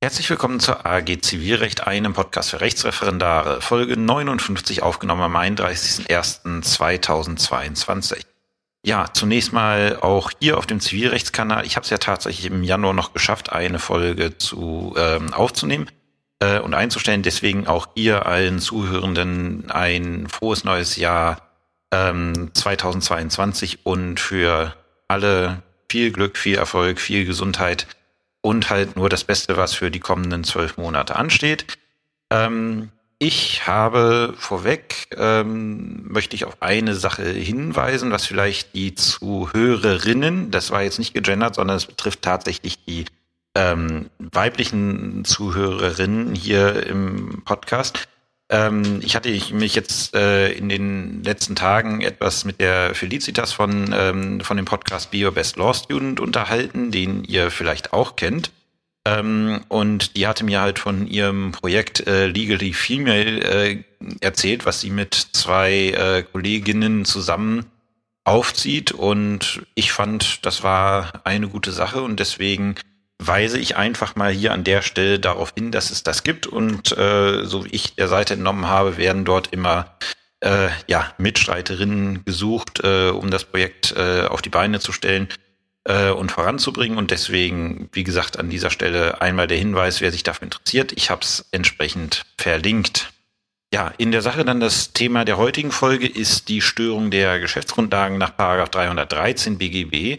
Herzlich willkommen zur AG Zivilrecht, einem Podcast für Rechtsreferendare, Folge 59, aufgenommen am 31.01.2022. Ja, zunächst mal auch hier auf dem Zivilrechtskanal. Ich habe es ja tatsächlich im Januar noch geschafft, eine Folge aufzunehmen und einzustellen. Deswegen auch hier allen Zuhörenden ein frohes neues Jahr 2022 und für alle viel Glück, viel Erfolg, viel Gesundheit und halt nur das Beste, was für die kommenden 12 Monate ansteht. Ich habe vorweg, möchte ich auf eine Sache hinweisen, was vielleicht die Zuhörerinnen, das war jetzt nicht gegendert, sondern es betrifft tatsächlich die weiblichen Zuhörerinnen hier im Podcast. Ich hatte mich jetzt in den letzten Tagen etwas mit der Felicitas von dem Podcast Be Your Best Law Student unterhalten, den ihr vielleicht auch kennt. Und die hatte mir halt von ihrem Projekt Legally Female erzählt, was sie mit zwei Kolleginnen zusammen aufzieht. Und ich fand, das war eine gute Sache und deswegen weise ich einfach mal hier an der Stelle darauf hin, dass es das gibt und so wie ich der Seite entnommen habe, werden dort immer Mitstreiterinnen gesucht, um das Projekt auf die Beine zu stellen und voranzubringen und deswegen, wie gesagt, an dieser Stelle einmal der Hinweis, wer sich dafür interessiert, ich habe es entsprechend verlinkt. Ja, in der Sache dann das Thema der heutigen Folge ist die Störung der Geschäftsgrundlagen nach § 313 BGB.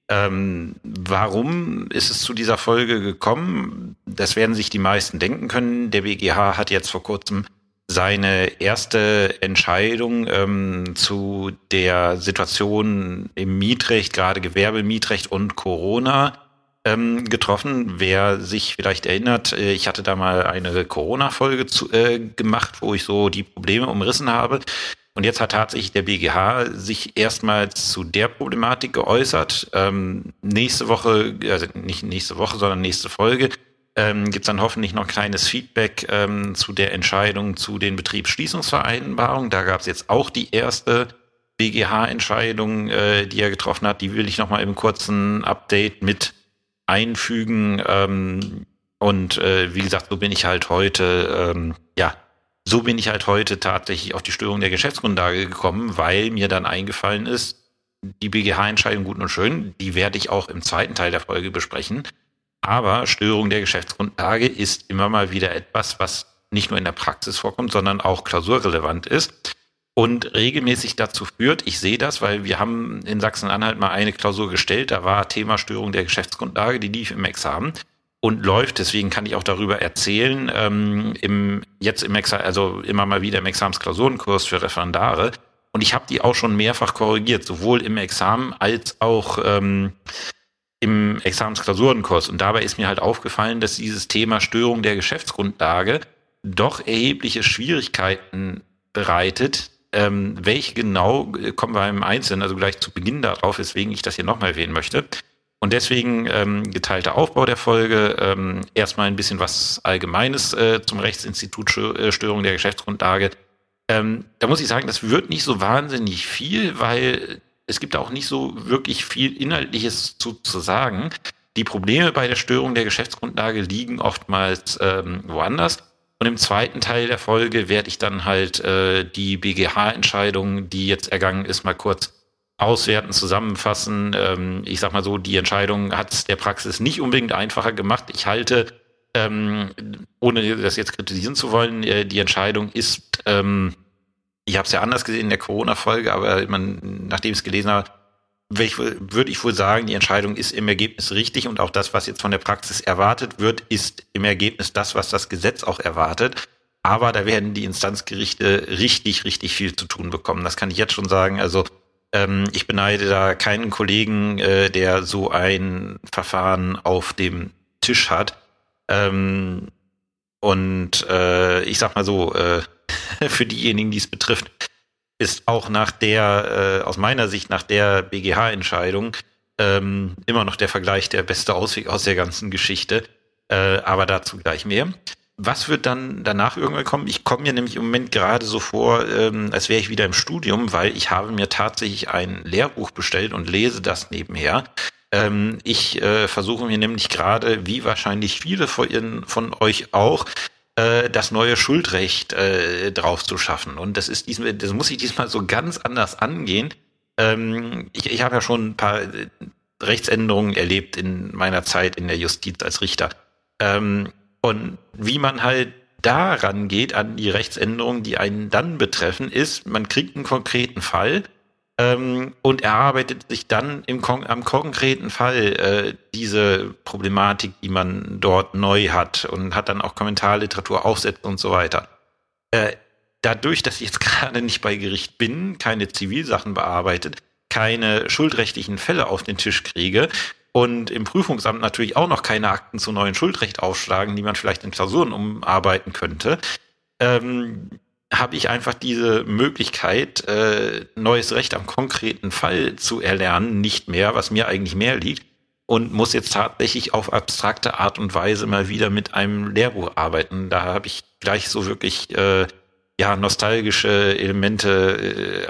Warum ist es zu dieser Folge gekommen? Das werden sich die meisten denken können. Der BGH hat jetzt vor kurzem seine erste Entscheidung zu der Situation im Mietrecht, gerade Gewerbemietrecht und Corona getroffen. Wer sich vielleicht erinnert, ich hatte da mal eine Corona-Folge gemacht, wo ich so die Probleme umrissen habe. Und jetzt hat tatsächlich der BGH sich erstmals zu der Problematik geäußert. Nächste Woche, also nicht nächste Woche, sondern nächste Folge, gibt's dann hoffentlich noch kleines Feedback zu der Entscheidung zu den Betriebsschließungsvereinbarungen. Da gab's jetzt auch die erste BGH-Entscheidung, die er getroffen hat. Die will ich nochmal im kurzen Update mit einfügen. Wie gesagt, so bin ich halt heute tatsächlich auf die Störung der Geschäftsgrundlage gekommen, weil mir dann eingefallen ist, die BGH-Entscheidung gut und schön, die werde ich auch im zweiten Teil der Folge besprechen. Aber Störung der Geschäftsgrundlage ist immer mal wieder etwas, was nicht nur in der Praxis vorkommt, sondern auch klausurrelevant ist und regelmäßig dazu führt, ich sehe das, weil wir haben in Sachsen-Anhalt mal eine Klausur gestellt, da war Thema Störung der Geschäftsgrundlage, die lief im Examen. Und läuft, deswegen kann ich auch darüber erzählen, also immer mal wieder im Examensklausurenkurs für Referendare. Und ich habe die auch schon mehrfach korrigiert, sowohl im Examen als auch im Examensklausurenkurs. Und dabei ist mir halt aufgefallen, dass dieses Thema Störung der Geschäftsgrundlage doch erhebliche Schwierigkeiten bereitet. Welche genau, kommen wir im Einzelnen, also gleich zu Beginn darauf, weswegen ich das hier nochmal erwähnen möchte. Und deswegen geteilter Aufbau der Folge, erstmal ein bisschen was Allgemeines zum Rechtsinstitut Störung der Geschäftsgrundlage. Da muss ich sagen, das wird nicht so wahnsinnig viel, weil es gibt auch nicht so wirklich viel Inhaltliches zu sagen. Die Probleme bei der Störung der Geschäftsgrundlage liegen oftmals woanders. Und im zweiten Teil der Folge werde ich dann halt die BGH-Entscheidung, die jetzt ergangen ist, mal kurz auswerten, zusammenfassen. Ich sag mal so, die Entscheidung hat es der Praxis nicht unbedingt einfacher gemacht. Ich halte, ohne das jetzt kritisieren zu wollen, die Entscheidung ist, ich habe es ja anders gesehen in der Corona-Folge, aber nachdem ich es gelesen habe, würde ich wohl sagen, die Entscheidung ist im Ergebnis richtig und auch das, was jetzt von der Praxis erwartet wird, ist im Ergebnis das, was das Gesetz auch erwartet. Aber da werden die Instanzgerichte richtig, richtig viel zu tun bekommen. Das kann ich jetzt schon sagen. Also ich beneide da keinen Kollegen, der so ein Verfahren auf dem Tisch hat. Ich sag mal so, für diejenigen, die es betrifft, ist auch aus meiner Sicht nach der BGH-Entscheidung immer noch der Vergleich der beste Ausweg aus der ganzen Geschichte. Aber dazu gleich mehr. Was wird dann danach irgendwann kommen? Ich komme mir nämlich im Moment gerade so vor, als wäre ich wieder im Studium, weil ich habe mir tatsächlich ein Lehrbuch bestellt und lese das nebenher. Ich versuche mir nämlich gerade, wie wahrscheinlich viele von euch auch, das neue Schuldrecht drauf zu schaffen. Und das muss ich diesmal so ganz anders angehen. Ich habe ja schon ein paar Rechtsänderungen erlebt in meiner Zeit in der Justiz als Richter. Und wie man halt daran geht an die Rechtsänderungen, die einen dann betreffen, ist, man kriegt einen konkreten Fall und erarbeitet sich dann am konkreten Fall diese Problematik, die man dort neu hat und hat dann auch Kommentarliteratur, Aufsätze und so weiter. Dadurch, dass ich jetzt gerade nicht bei Gericht bin, keine Zivilsachen bearbeitet, keine schuldrechtlichen Fälle auf den Tisch kriege und im Prüfungsamt natürlich auch noch keine Akten zu neuen Schuldrecht aufschlagen, die man vielleicht in Klausuren umarbeiten könnte, habe ich einfach diese Möglichkeit, neues Recht am konkreten Fall zu erlernen, nicht mehr, was mir eigentlich mehr liegt, und muss jetzt tatsächlich auf abstrakte Art und Weise mal wieder mit einem Lehrbuch arbeiten. Da habe ich gleich so wirklich nostalgische Elemente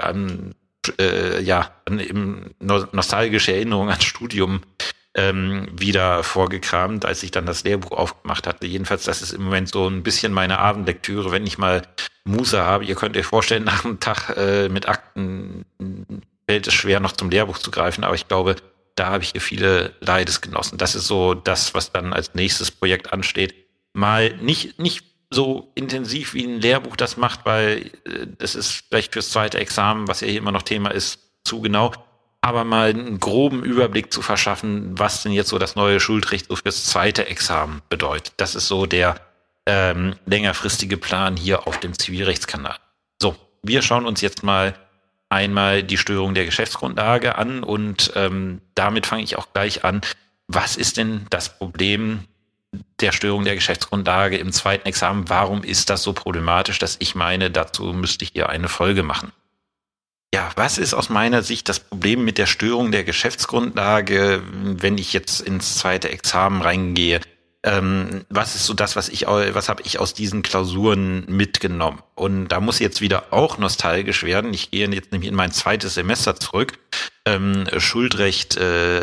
nostalgische Erinnerungen ans Studium wieder vorgekramt, als ich dann das Lehrbuch aufgemacht hatte. Jedenfalls, das ist im Moment so ein bisschen meine Abendlektüre, wenn ich mal Muße habe. Ihr könnt euch vorstellen, nach einem Tag mit Akten fällt es schwer, noch zum Lehrbuch zu greifen, aber ich glaube, da habe ich hier viele Leides genossen. Das ist so das, was dann als nächstes Projekt ansteht. Mal nicht so intensiv wie ein Lehrbuch das macht, weil das ist vielleicht fürs zweite Examen, was ja hier immer noch Thema ist, zu genau. Aber mal einen groben Überblick zu verschaffen, was denn jetzt so das neue Schuldrecht so fürs zweite Examen bedeutet. Das ist so der längerfristige Plan hier auf dem Zivilrechtskanal. So, wir schauen uns jetzt mal einmal die Störung der Geschäftsgrundlage an und damit fange ich auch gleich an. Was ist denn das Problem der Störung der Geschäftsgrundlage im zweiten Examen? Warum ist das so problematisch, dass ich meine, dazu müsste ich hier eine Folge machen? Ja, was ist aus meiner Sicht das Problem mit der Störung der Geschäftsgrundlage, wenn ich jetzt ins zweite Examen reingehe? Was ist so das, was habe ich aus diesen Klausuren mitgenommen? Und da muss ich jetzt wieder auch nostalgisch werden. Ich gehe jetzt nämlich in mein zweites Semester zurück. Schuldrecht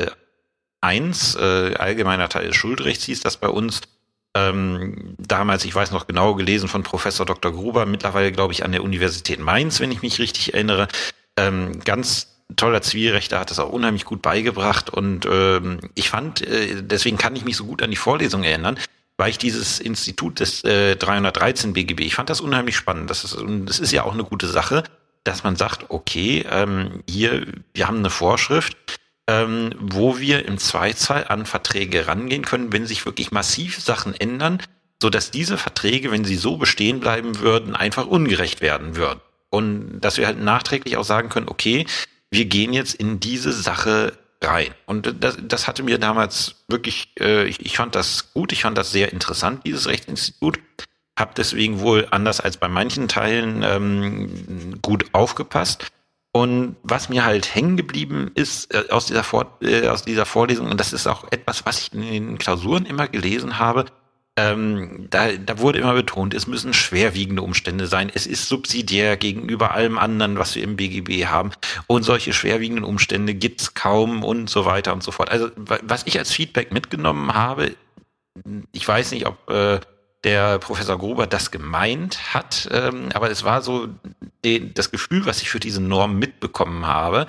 1, allgemeiner Teil des Schuldrechts hieß das bei uns. Damals, ich weiß noch genau, gelesen von Professor Dr. Gruber, mittlerweile glaube ich an der Universität Mainz, wenn ich mich richtig erinnere. Ganz toller Zivilrechtler, hat das auch unheimlich gut beigebracht und ich fand, deswegen kann ich mich so gut an die Vorlesung erinnern, weil ich dieses Institut des 313 BGB, ich fand das unheimlich spannend. Das ist ja auch eine gute Sache, dass man sagt, okay, hier, wir haben eine Vorschrift, wo wir im Zweifelsfall an Verträge rangehen können, wenn sich wirklich massiv Sachen ändern, so dass diese Verträge, wenn sie so bestehen bleiben würden, einfach ungerecht werden würden. Und dass wir halt nachträglich auch sagen können, okay, wir gehen jetzt in diese Sache rein. Und das hatte mir damals wirklich, ich fand das gut, ich fand das sehr interessant, dieses Rechtsinstitut. Hab deswegen wohl anders als bei manchen Teilen gut aufgepasst. Und was mir halt hängen geblieben ist aus dieser Vorlesung, und das ist auch etwas, was ich in den Klausuren immer gelesen habe, da wurde immer betont, es müssen schwerwiegende Umstände sein, es ist subsidiär gegenüber allem anderen, was wir im BGB haben, und solche schwerwiegenden Umstände gibt's kaum und so weiter und so fort. Also was ich als Feedback mitgenommen habe, ich weiß nicht, ob der Professor Gruber das gemeint hat, aber es war so das Gefühl, was ich für diese Norm mitbekommen habe,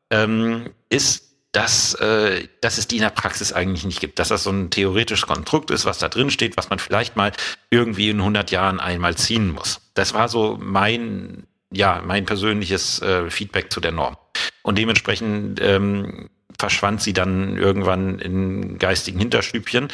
ist, dass es die in der Praxis eigentlich nicht gibt, dass das so ein theoretisches Konstrukt ist, was da drin steht, was man vielleicht mal irgendwie in 100 Jahren einmal ziehen muss. Das war so mein persönliches Feedback zu der Norm. Und dementsprechend verschwand sie dann irgendwann in geistigen Hinterstübchen.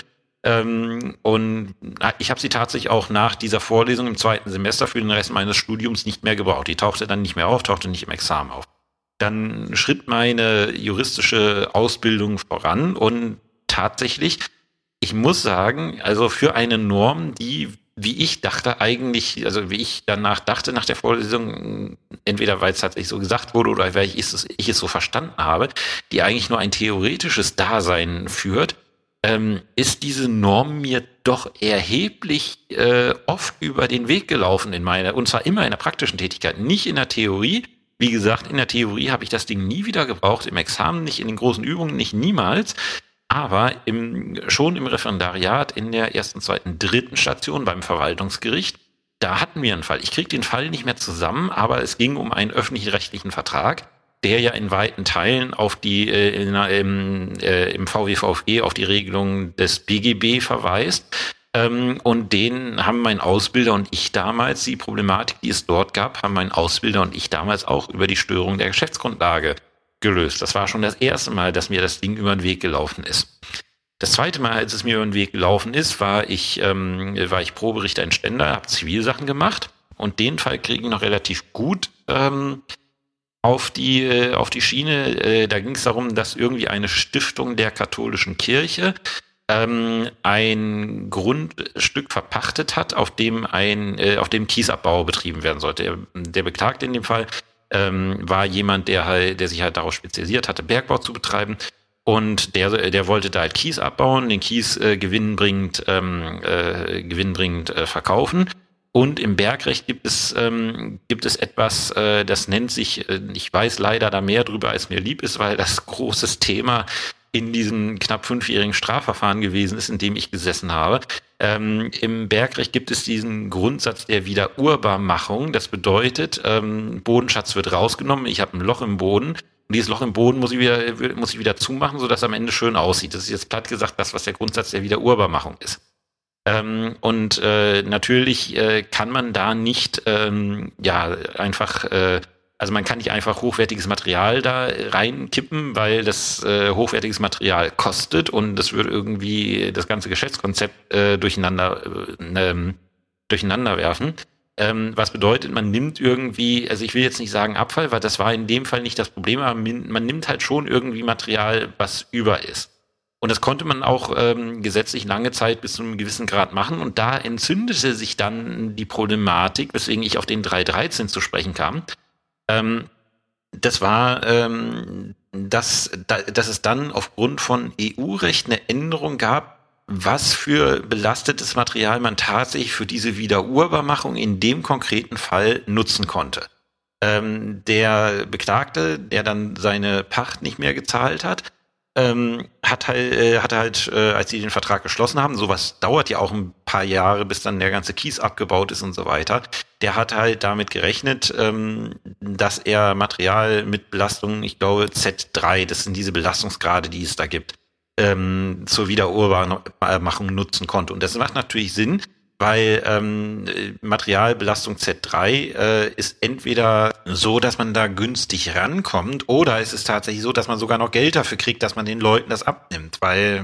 Und ich habe sie tatsächlich auch nach dieser Vorlesung im zweiten Semester für den Rest meines Studiums nicht mehr gebraucht. Die tauchte dann nicht mehr auf, tauchte nicht im Examen auf. Dann schritt meine juristische Ausbildung voran und tatsächlich, ich muss sagen, also für eine Norm, die, wie ich dachte eigentlich, also wie ich danach dachte nach der Vorlesung, entweder weil es tatsächlich so gesagt wurde oder weil ich es so verstanden habe, die eigentlich nur ein theoretisches Dasein führt, ist diese Norm mir doch erheblich oft über den Weg gelaufen und zwar immer in der praktischen Tätigkeit, nicht in der Theorie, Wie gesagt, in der Theorie habe ich das Ding nie wieder gebraucht, im Examen nicht, in den großen Übungen nicht, niemals. Aber schon im Referendariat in der ersten, zweiten, dritten Station beim Verwaltungsgericht, da hatten wir einen Fall. Ich kriege den Fall nicht mehr zusammen, aber es ging um einen öffentlich-rechtlichen Vertrag, der ja in weiten Teilen auf die im VWVG auf die Regelung des BGB verweist. Und den haben mein Ausbilder und ich damals, die Problematik, die es dort gab, haben mein Ausbilder und ich damals auch über die Störung der Geschäftsgrundlage gelöst. Das war schon das erste Mal, dass mir das Ding über den Weg gelaufen ist. Das zweite Mal, als es mir über den Weg gelaufen ist, war ich Proberichter in Stendal, habe Zivilsachen gemacht und den Fall kriege ich noch relativ gut auf die Schiene. Da ging es darum, dass irgendwie eine Stiftung der katholischen Kirche ein Grundstück verpachtet hat, auf dem Kiesabbau betrieben werden sollte. Der Beklagte in dem Fall war jemand, der sich halt darauf spezialisiert hatte, Bergbau zu betreiben. Und der wollte da halt Kies abbauen, den Kies gewinnbringend verkaufen. Und im Bergrecht gibt es etwas, das nennt sich, ich weiß leider da mehr drüber, als mir lieb ist, weil das großes Thema in diesem knapp 5-jährigen Strafverfahren gewesen ist, in dem ich gesessen habe. Im Bergrecht gibt es diesen Grundsatz der Wiederurbarmachung. Das bedeutet, Bodenschatz wird rausgenommen, ich habe ein Loch im Boden und dieses Loch im Boden muss ich wieder zumachen, sodass es am Ende schön aussieht. Das ist jetzt platt gesagt das, was der Grundsatz der Wiederurbarmachung ist. Natürlich kann man da nicht also man kann nicht einfach hochwertiges Material da reinkippen, weil das hochwertiges Material kostet und das würde irgendwie das ganze Geschäftskonzept durcheinander werfen. Was bedeutet, man nimmt irgendwie, also ich will jetzt nicht sagen Abfall, weil das war in dem Fall nicht das Problem, aber man nimmt halt schon irgendwie Material, was über ist. Und das konnte man auch gesetzlich lange Zeit bis zu einem gewissen Grad machen. Und da entzündete sich dann die Problematik, weswegen ich auf den 313 zu sprechen kam. Das war, dass es dann aufgrund von EU-Recht eine Änderung gab, was für belastetes Material man tatsächlich für diese Wiederurbarmachung in dem konkreten Fall nutzen konnte. Der Beklagte, der dann seine Pacht nicht mehr gezahlt hat, hatte halt, als sie den Vertrag geschlossen haben, sowas dauert ja auch ein paar Jahre, bis dann der ganze Kies abgebaut ist und so weiter. Der hat halt damit gerechnet, dass er Material mit Belastung, ich glaube Z3, das sind diese Belastungsgrade, die es da gibt, zur Wiederurbarmachung nutzen konnte. Und das macht natürlich Sinn, weil Materialbelastung Z3 ist entweder so, dass man da günstig rankommt, oder es ist tatsächlich so, dass man sogar noch Geld dafür kriegt, dass man den Leuten das abnimmt, weil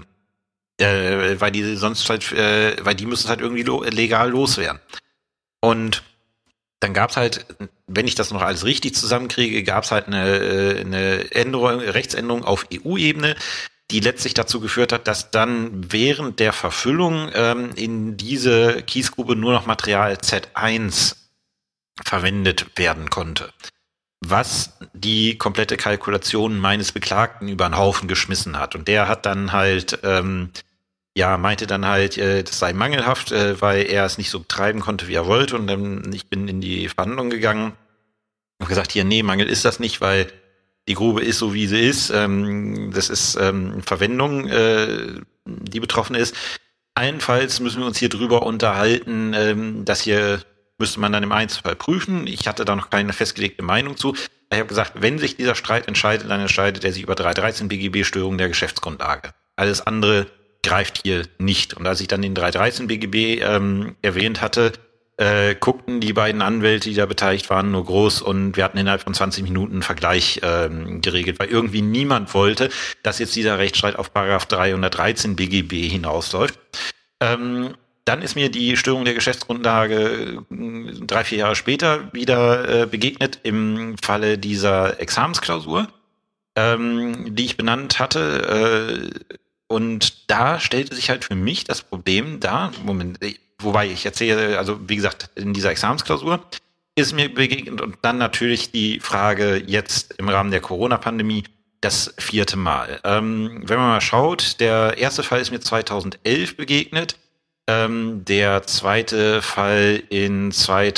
die sonst halt, weil die müssen es halt irgendwie legal loswerden. Und dann gab's halt, wenn ich das noch alles richtig zusammenkriege, gab's halt eine Rechtsänderung auf EU-Ebene, die letztlich dazu geführt hat, dass dann während der Verfüllung in diese Kiesgrube nur noch Material Z1 verwendet werden konnte. Was die komplette Kalkulation meines Beklagten über den Haufen geschmissen hat. Und der hat dann halt, meinte dann halt, das sei mangelhaft, weil er es nicht so betreiben konnte, wie er wollte. Und dann, ich bin in die Verhandlung gegangen und gesagt, hier, nee, Mangel ist das nicht, weil die Grube ist so, wie sie ist. Das ist Verwendung, die betroffen ist. Allenfalls müssen wir uns hier drüber unterhalten. Das hier müsste man dann im Einzelfall prüfen. Ich hatte da noch keine festgelegte Meinung zu. Ich habe gesagt, wenn sich dieser Streit entscheidet, dann entscheidet er sich über 313 BGB Störung der Geschäftsgrundlage. Alles andere greift hier nicht. Und als ich dann den 313 BGB erwähnt hatte, guckten die beiden Anwälte, die da beteiligt waren, nur groß, und wir hatten innerhalb von 20 Minuten einen Vergleich geregelt, weil irgendwie niemand wollte, dass jetzt dieser Rechtsstreit auf Paragraph 313 BGB hinausläuft. Dann ist mir die Störung der Geschäftsgrundlage 3-4 Jahre später wieder begegnet im Falle dieser Examensklausur, die ich benannt hatte. Und da stellte sich halt für mich das Problem dar, wobei ich erzähle, also wie gesagt, in dieser Examensklausur ist mir begegnet und dann natürlich die Frage jetzt im Rahmen der Corona-Pandemie das 4. Mal. Wenn man mal schaut, der erste Fall ist mir 2011 begegnet. Der zweite Fall in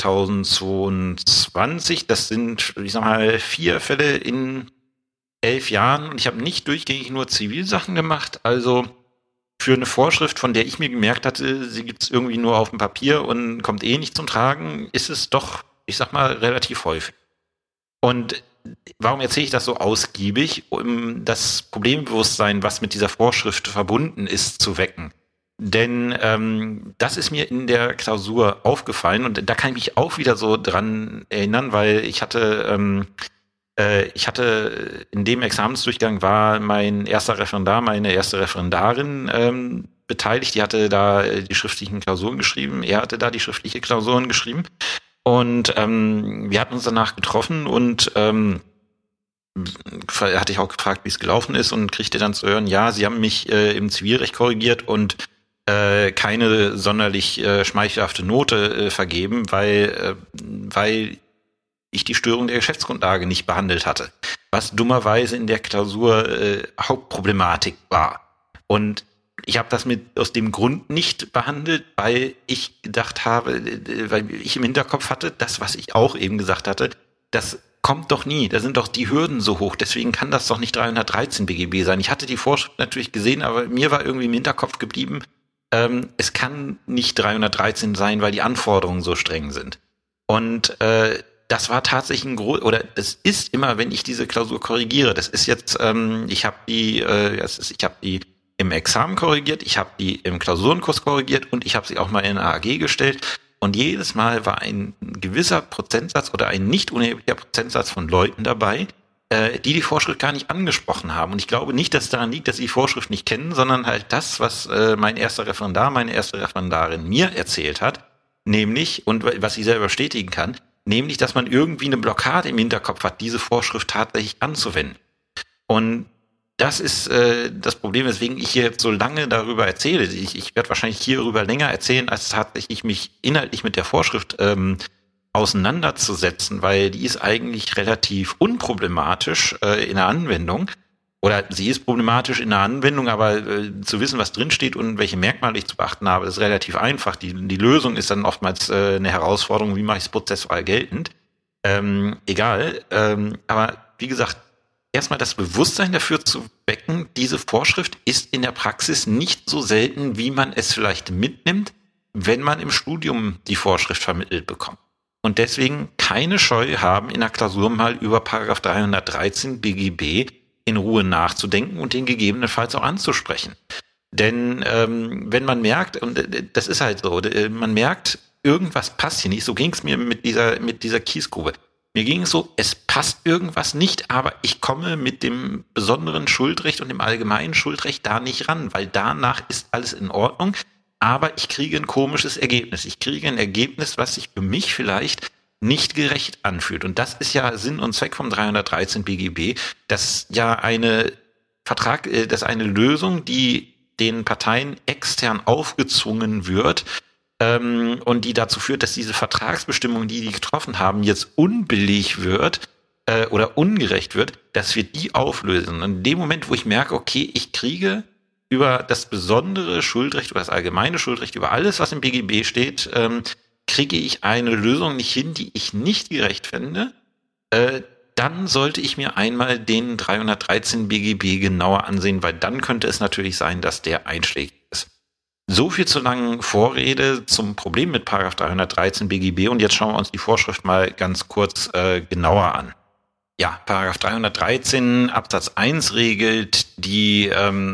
2022. Das sind, ich sag mal, 4 Fälle in 11 Jahren. Und ich habe nicht durchgängig nur Zivilsachen gemacht. Also für eine Vorschrift, von der ich mir gemerkt hatte, sie gibt's irgendwie nur auf dem Papier und kommt eh nicht zum Tragen, ist es doch, ich sag mal, relativ häufig. Und warum erzähle ich das so ausgiebig? Um das Problembewusstsein, was mit dieser Vorschrift verbunden ist, zu wecken. Denn das ist mir in der Klausur aufgefallen und da kann ich mich auch wieder so dran erinnern, weil ich hatte in dem Examensdurchgang war mein erster Referendar, meine erste Referendarin beteiligt. Die hatte da die schriftlichen Klausuren geschrieben. Er hatte da die schriftliche Klausuren geschrieben. Und wir hatten uns danach getroffen und hatte ich auch gefragt, wie es gelaufen ist und kriegte dann zu hören, ja, sie haben mich im Zivilrecht korrigiert und keine sonderlich schmeichelhafte Note vergeben, weil ich die Störung der Geschäftsgrundlage nicht behandelt hatte, was dummerweise in der Klausur Hauptproblematik war. Und ich habe das aus dem Grund nicht behandelt, weil ich gedacht habe, weil ich im Hinterkopf hatte, das, was ich auch eben gesagt hatte, das kommt doch nie, da sind doch die Hürden so hoch, deswegen kann das doch nicht 313 BGB sein. Ich hatte die Vorschrift natürlich gesehen, aber mir war irgendwie im Hinterkopf geblieben, es kann nicht 313 sein, weil die Anforderungen so streng sind. Und das war tatsächlich das ist immer, wenn ich diese Klausur korrigiere. Das ist jetzt, ich habe die im Examen korrigiert, ich habe die im Klausurenkurs korrigiert und ich habe sie auch mal in eine AG gestellt. Und jedes Mal war ein gewisser Prozentsatz oder ein nicht unerheblicher Prozentsatz von Leuten dabei, die Vorschrift gar nicht angesprochen haben. Und ich glaube nicht, dass es daran liegt, dass sie die Vorschrift nicht kennen, sondern halt das, was mein erster Referendar, meine erste Referendarin mir erzählt hat, nämlich, und was sie selber bestätigen kann, nämlich, dass man irgendwie eine Blockade im Hinterkopf hat, diese Vorschrift tatsächlich anzuwenden. Und das ist das Problem, weswegen ich hier jetzt so lange darüber erzähle. Ich werde wahrscheinlich hierüber länger erzählen, als tatsächlich mich inhaltlich mit der Vorschrift auseinanderzusetzen, weil die ist eigentlich relativ unproblematisch in der Anwendung. Oder sie ist problematisch in der Anwendung, aber zu wissen, was drinsteht und welche Merkmale ich zu beachten habe, ist relativ einfach. Die Lösung ist dann oftmals eine Herausforderung, wie mache ich es prozessual geltend. Egal. Aber wie gesagt, erstmal das Bewusstsein dafür zu wecken, diese Vorschrift ist in der Praxis nicht so selten, wie man es vielleicht mitnimmt, wenn man im Studium die Vorschrift vermittelt bekommt. Und deswegen keine Scheu haben, in der Klausur mal über Paragraph 313 BGB in Ruhe nachzudenken und den gegebenenfalls auch anzusprechen. Denn wenn man merkt, und das ist halt so, man merkt, irgendwas passt hier nicht, so ging es mir mit dieser Kiesgrube. Mir ging es so, es passt irgendwas nicht, aber ich komme mit dem besonderen Schuldrecht und dem allgemeinen Schuldrecht da nicht ran, weil danach ist alles in Ordnung, aber ich kriege ein komisches Ergebnis. Ich kriege ein Ergebnis, was sich für mich vielleicht nicht gerecht anfühlt. Und das ist ja Sinn und Zweck vom 313 BGB, dass ja eine Lösung, die den Parteien extern aufgezwungen wird, und die dazu führt, dass diese Vertragsbestimmung, die getroffen haben, jetzt unbillig wird oder ungerecht wird, dass wir die auflösen. Und in dem Moment, wo ich merke, okay, ich kriege über das besondere Schuldrecht, über das allgemeine Schuldrecht, über alles, was im BGB steht, kriege ich eine Lösung nicht hin, die ich nicht gerecht finde, dann sollte ich mir einmal den 313 BGB genauer ansehen, weil dann könnte es natürlich sein, dass der einschlägig ist. So viel zur langen Vorrede zum Problem mit Paragraph 313 BGB und jetzt schauen wir uns die Vorschrift mal ganz kurz genauer an. Ja, Paragraph 313 Absatz 1 regelt die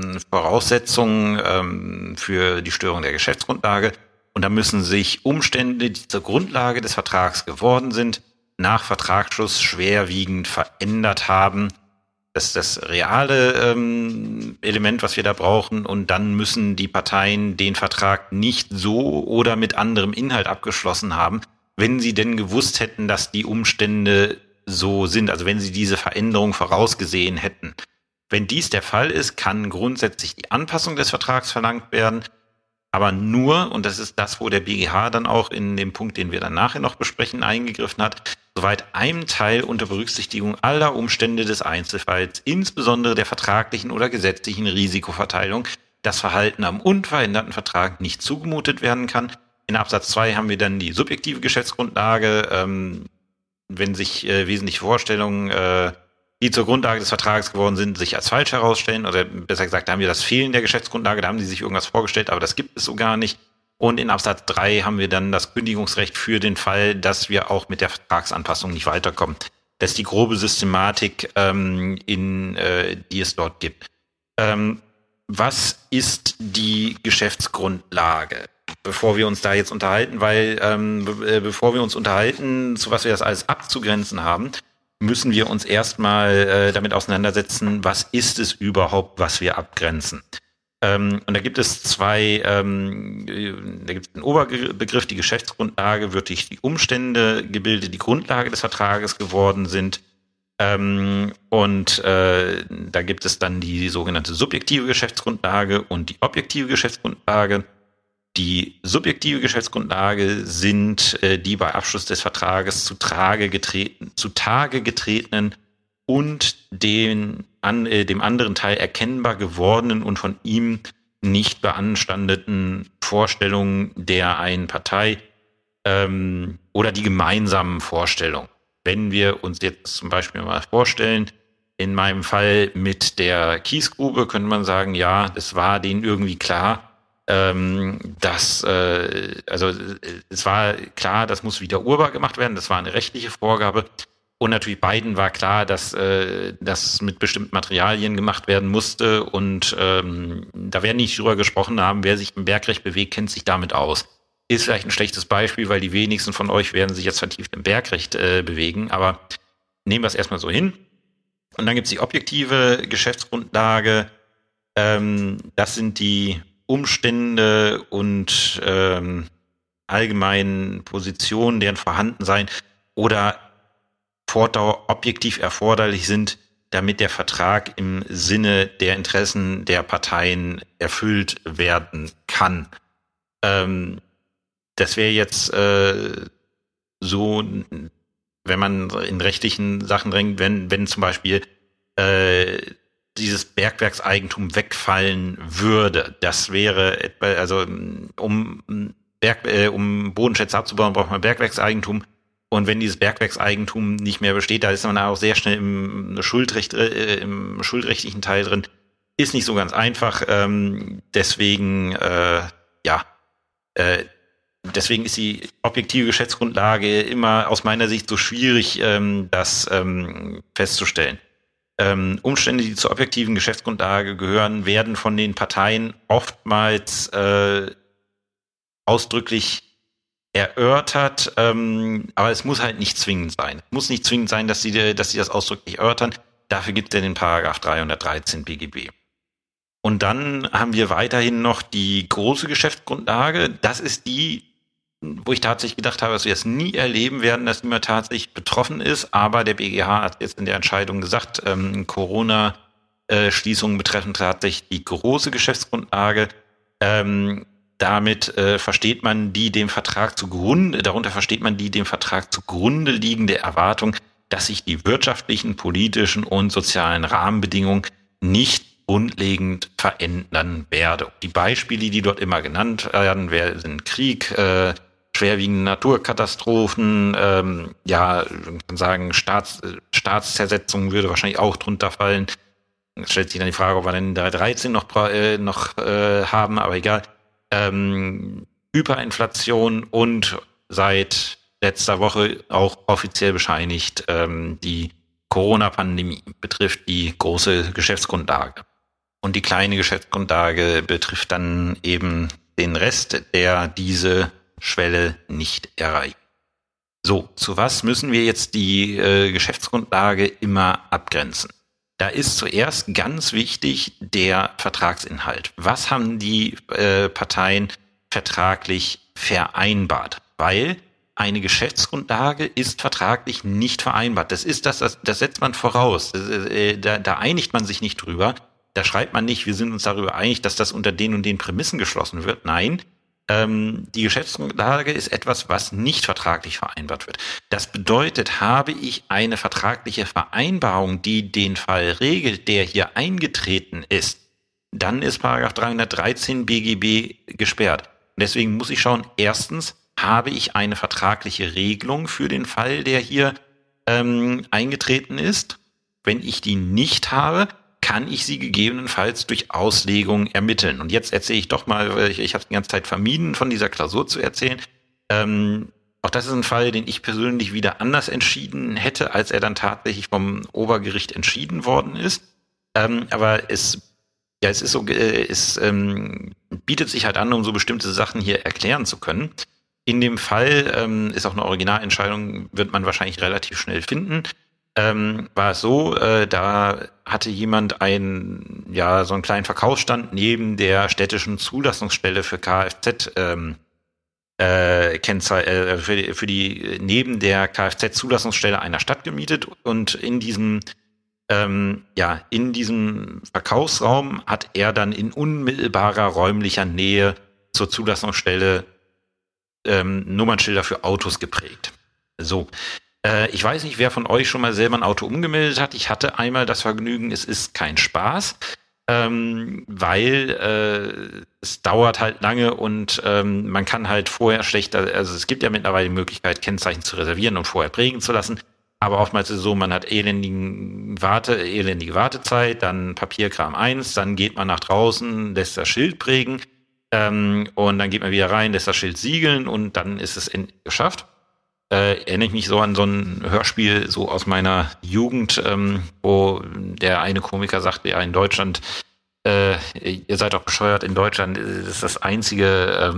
Voraussetzungen für die Störung der Geschäftsgrundlage und da müssen sich Umstände, die zur Grundlage des Vertrags geworden sind, nach Vertragsschluss schwerwiegend verändert haben. Das ist das reale Element, was wir da brauchen. Und dann müssen die Parteien den Vertrag nicht so oder mit anderem Inhalt abgeschlossen haben, wenn sie denn gewusst hätten, dass die Umstände so sind. Also wenn sie diese Veränderung vorausgesehen hätten. Wenn dies der Fall ist, kann grundsätzlich die Anpassung des Vertrags verlangt werden. Aber nur, und das ist das, wo der BGH dann auch in dem Punkt, den wir dann nachher noch besprechen, eingegriffen hat, soweit einem Teil unter Berücksichtigung aller Umstände des Einzelfalls, insbesondere der vertraglichen oder gesetzlichen Risikoverteilung, das Verhalten am unveränderten Vertrag nicht zugemutet werden kann. In Absatz 2 haben wir dann die subjektive Geschäftsgrundlage, wenn sich wesentliche Vorstellungen, die zur Grundlage des Vertrages geworden sind, sich als falsch herausstellen, oder besser gesagt, da haben wir das Fehlen der Geschäftsgrundlage, da haben die sich irgendwas vorgestellt, aber das gibt es so gar nicht. Und in Absatz 3 haben wir dann das Kündigungsrecht für den Fall, dass wir auch mit der Vertragsanpassung nicht weiterkommen. Das ist die grobe Systematik, die es dort gibt. Was ist die Geschäftsgrundlage? Bevor wir uns da jetzt unterhalten, bevor wir uns unterhalten, zu was wir das alles abzugrenzen haben, müssen wir uns erstmal damit auseinandersetzen, was ist es überhaupt, was wir abgrenzen. Und da gibt es da gibt es den Oberbegriff, die Geschäftsgrundlage wird durch die Umstände gebildet, die Grundlage des Vertrages geworden sind. Da gibt es dann die sogenannte subjektive Geschäftsgrundlage und die objektive Geschäftsgrundlage. Die subjektive Geschäftsgrundlage sind die bei Abschluss des Vertrages zutage getretenen und dem anderen Teil erkennbar gewordenen und von ihm nicht beanstandeten Vorstellungen der einen Partei oder die gemeinsamen Vorstellungen. Wenn wir uns jetzt zum Beispiel mal vorstellen, in meinem Fall mit der Kiesgrube, könnte man sagen, ja, es war denen irgendwie klar, es war klar, das muss wieder urbar gemacht werden, das war eine rechtliche Vorgabe. Und natürlich beiden war klar, dass das mit bestimmten Materialien gemacht werden musste. Und da werden nicht drüber gesprochen haben, wer sich im Bergrecht bewegt, kennt sich damit aus. Ist vielleicht ein schlechtes Beispiel, weil die wenigsten von euch werden sich jetzt vertieft im Bergrecht bewegen. Aber nehmen wir es erstmal so hin. Und dann gibt es die objektive Geschäftsgrundlage. Das sind die Umstände und allgemeinen Positionen, deren Vorhandensein oder Fortdauer objektiv erforderlich sind, damit der Vertrag im Sinne der Interessen der Parteien erfüllt werden kann. Das wäre jetzt so, wenn man in rechtlichen Sachen drängt, wenn zum Beispiel dieses Bergwerkseigentum wegfallen würde. Das wäre etwa, also um Bodenschätze abzubauen, braucht man Bergwerkseigentum. Und wenn dieses Bergwerkseigentum nicht mehr besteht, da ist man auch sehr schnell im schuldrechtlichen Teil drin. Ist nicht so ganz einfach. Deswegen ist die objektive Geschäftsgrundlage immer aus meiner Sicht so schwierig, das festzustellen. Umstände, die zur objektiven Geschäftsgrundlage gehören, werden von den Parteien oftmals ausdrücklich erörtert, aber es muss halt nicht zwingend sein. Es muss nicht zwingend sein, dass sie das ausdrücklich erörtern. Dafür gibt es den Paragraph 313 BGB. Und dann haben wir weiterhin noch die große Geschäftsgrundlage. Das ist die, wo ich tatsächlich gedacht habe, dass wir es nie erleben werden, dass niemand tatsächlich betroffen ist. Aber der BGH hat jetzt in der Entscheidung gesagt, Corona-Schließungen betreffen tatsächlich die große Geschäftsgrundlage. Damit versteht man darunter versteht man die dem Vertrag zugrunde liegende Erwartung, dass sich die wirtschaftlichen, politischen und sozialen Rahmenbedingungen nicht grundlegend verändern werden. Die Beispiele, die dort immer genannt werden, sind Krieg, schwerwiegende Naturkatastrophen, man kann sagen, Staatszersetzung würde wahrscheinlich auch drunter fallen. Es stellt sich dann die Frage, ob wir den 313 noch haben, aber egal. Hyperinflation und seit letzter Woche auch offiziell bescheinigt, die Corona-Pandemie betrifft die große Geschäftsgrundlage. Und die kleine Geschäftsgrundlage betrifft dann eben den Rest, der diese Schwelle nicht erreicht. So, zu was müssen wir jetzt die Geschäftsgrundlage immer abgrenzen? Da ist zuerst ganz wichtig der Vertragsinhalt. Was haben die Parteien vertraglich vereinbart? Weil eine Geschäftsgrundlage ist vertraglich nicht vereinbart. Das setzt man voraus. Da einigt man sich nicht drüber. Da schreibt man nicht, wir sind uns darüber einig, dass das unter den und den Prämissen geschlossen wird. Nein, die Geschäftsgrundlage ist etwas, was nicht vertraglich vereinbart wird. Das bedeutet, habe ich eine vertragliche Vereinbarung, die den Fall regelt, der hier eingetreten ist, dann ist Paragraph 313 BGB gesperrt. Und deswegen muss ich schauen, erstens, habe ich eine vertragliche Regelung für den Fall, der hier eingetreten ist? Wenn ich die nicht habe, kann ich sie gegebenenfalls durch Auslegung ermitteln. Und jetzt erzähle ich doch mal, weil ich habe die ganze Zeit vermieden, von dieser Klausur zu erzählen. Auch das ist ein Fall, den ich persönlich wieder anders entschieden hätte, als er dann tatsächlich vom Obergericht entschieden worden ist. Aber es ist so, bietet sich halt an, um so bestimmte Sachen hier erklären zu können. In dem Fall ist auch eine Originalentscheidung, wird man wahrscheinlich relativ schnell finden. War es so, da hatte jemand so einen kleinen Verkaufsstand neben der städtischen Zulassungsstelle für Kfz neben der Kfz-Zulassungsstelle einer Stadt gemietet, und in diesem Verkaufsraum hat er dann in unmittelbarer räumlicher Nähe zur Zulassungsstelle Nummernschilder für Autos geprägt. So. Ich weiß nicht, wer von euch schon mal selber ein Auto umgemeldet hat. Ich hatte einmal das Vergnügen, es ist kein Spaß, weil es dauert halt lange und man kann halt vorher schlechter, also es gibt ja mittlerweile die Möglichkeit, Kennzeichen zu reservieren und vorher prägen zu lassen. Aber oftmals ist es so, man hat elendige Wartezeit, dann Papierkram 1, dann geht man nach draußen, lässt das Schild prägen und dann geht man wieder rein, lässt das Schild siegeln und dann ist es geschafft. Erinnere ich mich so an so ein Hörspiel so aus meiner Jugend, wo der eine Komiker sagte, ja, in Deutschland, ihr seid doch bescheuert, in Deutschland ist das einzige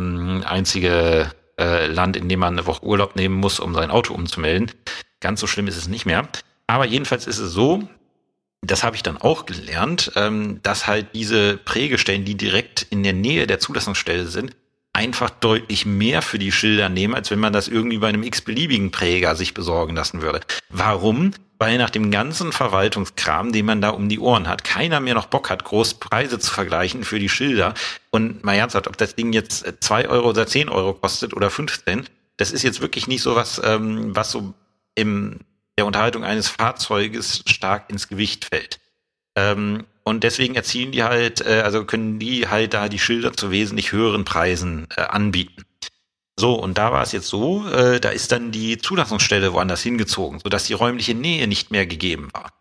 Land, in dem man eine Woche Urlaub nehmen muss, um sein Auto umzumelden. Ganz so schlimm ist es nicht mehr. Aber jedenfalls ist es so, das habe ich dann auch gelernt, dass halt diese Prägestellen, die direkt in der Nähe der Zulassungsstelle sind, einfach deutlich mehr für die Schilder nehmen, als wenn man das irgendwie bei einem x-beliebigen Präger sich besorgen lassen würde. Warum? Weil nach dem ganzen Verwaltungskram, den man da um die Ohren hat, keiner mehr noch Bock hat, groß Preise zu vergleichen für die Schilder. Und mal ernsthaft, ob das Ding jetzt 2 Euro oder 10 Euro kostet oder 15, das ist jetzt wirklich nicht so was, was so in der Unterhaltung eines Fahrzeuges stark ins Gewicht fällt. Und deswegen können die halt da die Schilder zu wesentlich höheren Preisen anbieten. So, und da war es jetzt so, da ist dann die Zulassungsstelle woanders hingezogen, sodass die räumliche Nähe nicht mehr gegeben war.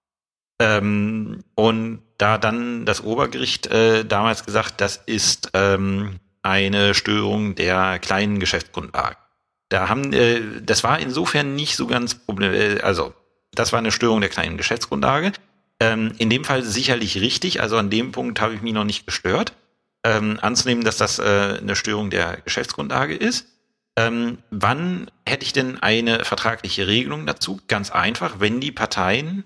Und da dann das Obergericht damals gesagt, das ist eine Störung der kleinen Geschäftsgrundlage. Das war insofern nicht so ganz das war eine Störung der kleinen Geschäftsgrundlage. In dem Fall sicherlich richtig, also an dem Punkt habe ich mich noch nicht gestört. Anzunehmen, dass das eine Störung der Geschäftsgrundlage ist. Wann hätte ich denn eine vertragliche Regelung dazu? Ganz einfach, wenn die Parteien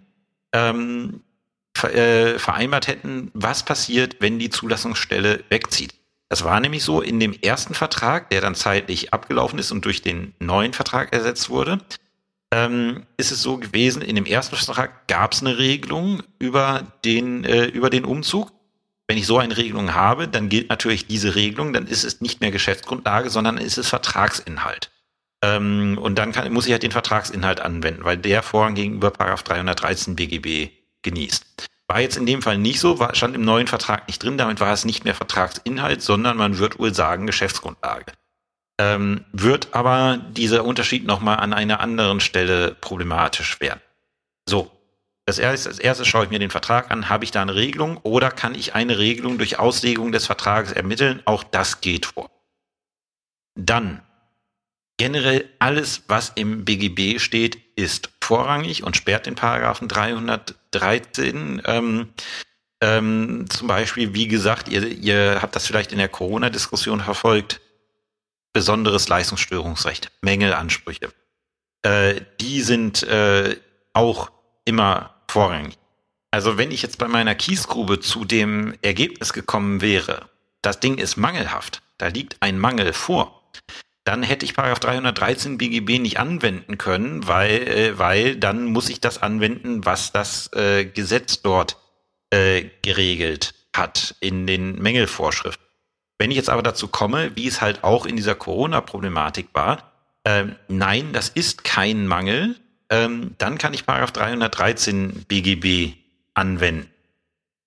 vereinbart hätten, was passiert, wenn die Zulassungsstelle wegzieht. Das war nämlich so in dem ersten Vertrag, der dann zeitlich abgelaufen ist und durch den neuen Vertrag ersetzt wurde, ist es so gewesen, in dem ersten Vertrag gab es eine Regelung über den Umzug. Wenn ich so eine Regelung habe, dann gilt natürlich diese Regelung, dann ist es nicht mehr Geschäftsgrundlage, sondern ist es Vertragsinhalt. Und dann muss ich halt den Vertragsinhalt anwenden, weil der Vorrang gegenüber Paragraph 313 BGB genießt. War jetzt in dem Fall nicht so, stand im neuen Vertrag nicht drin, damit war es nicht mehr Vertragsinhalt, sondern man wird wohl sagen Geschäftsgrundlage. Wird aber dieser Unterschied nochmal an einer anderen Stelle problematisch werden. So, als erstes schaue ich mir den Vertrag an, habe ich da eine Regelung oder kann ich eine Regelung durch Auslegung des Vertrages ermitteln? Auch das geht vor. Dann, generell alles, was im BGB steht, ist vorrangig und sperrt den Paragraphen 313. Zum Beispiel, wie gesagt, ihr habt das vielleicht in der Corona-Diskussion verfolgt, besonderes Leistungsstörungsrecht, Mängelansprüche. Die sind auch immer vorrangig. Also wenn ich jetzt bei meiner Kiesgrube zu dem Ergebnis gekommen wäre, das Ding ist mangelhaft, da liegt ein Mangel vor, dann hätte ich Paragraph 313 BGB nicht anwenden können, weil dann muss ich das anwenden, was das Gesetz dort geregelt hat in den Mängelvorschriften. Wenn ich jetzt aber dazu komme, wie es halt auch in dieser Corona-Problematik war, nein, das ist kein Mangel, dann kann ich Paragraph 313 BGB anwenden.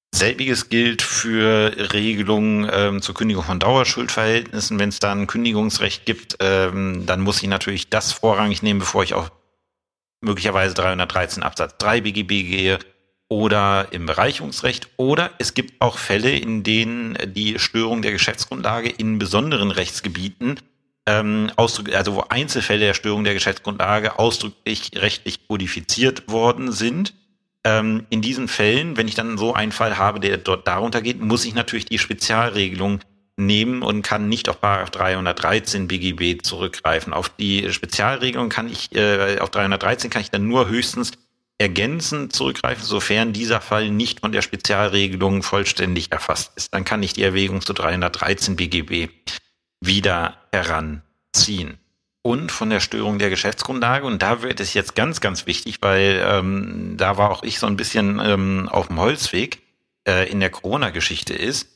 Selbiges gilt für Regelungen zur Kündigung von Dauerschuldverhältnissen. Wenn es da ein Kündigungsrecht gibt, dann muss ich natürlich das vorrangig nehmen, bevor ich auf möglicherweise 313 Absatz 3 BGB gehe oder im Bereicherungsrecht. Oder es gibt auch Fälle, in denen die Störung der Geschäftsgrundlage in besonderen Rechtsgebieten also wo Einzelfälle der Störung der Geschäftsgrundlage ausdrücklich rechtlich kodifiziert worden sind. In diesen Fällen, wenn ich dann so einen Fall habe, der dort darunter geht, muss ich natürlich die Spezialregelung nehmen und kann nicht auf § 313 BGB zurückgreifen. Auf die Spezialregelung kann ich, auf 313 kann ich dann nur höchstens ergänzend zurückgreifen, sofern dieser Fall nicht von der Spezialregelung vollständig erfasst ist. Dann kann ich die Erwägung zu 313 BGB wieder heranziehen. Und von der Störung der Geschäftsgrundlage, und da wird es jetzt ganz, ganz wichtig, weil da war auch ich so ein bisschen auf dem Holzweg in der Corona-Geschichte ist,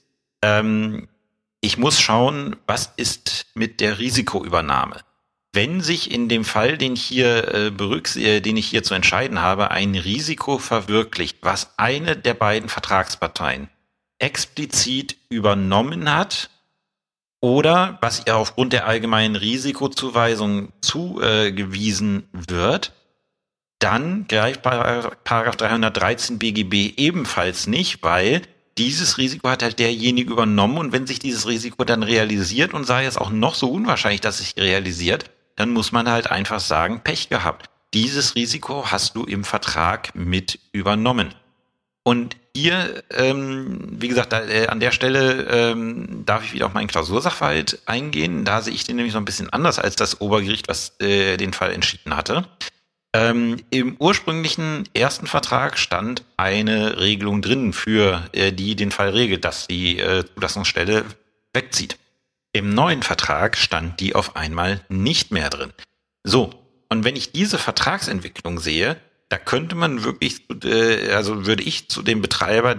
ich muss schauen, was ist mit der Risikoübernahme. Wenn sich in dem Fall, den ich hier zu entscheiden habe, ein Risiko verwirklicht, was eine der beiden Vertragsparteien explizit übernommen hat, oder was ihr aufgrund der allgemeinen Risikozuweisung zugewiesen wird, dann greift Paragraph 313 BGB ebenfalls nicht, weil dieses Risiko hat halt derjenige übernommen, und wenn sich dieses Risiko dann realisiert und sei es auch noch so unwahrscheinlich, dass es sich realisiert, dann muss man halt einfach sagen, Pech gehabt. Dieses Risiko hast du im Vertrag mit übernommen. Und hier, wie gesagt, an der Stelle darf ich wieder auf meinen Klausursachverhalt eingehen. Da sehe ich den nämlich so ein bisschen anders als das Obergericht, was den Fall entschieden hatte. Im ursprünglichen ersten Vertrag stand eine Regelung drin, für die den Fall regelt, dass die Zulassungsstelle wegzieht. Im neuen Vertrag stand die auf einmal nicht mehr drin. So, und wenn ich diese Vertragsentwicklung sehe, da könnte man wirklich, also würde ich zu dem Betreiber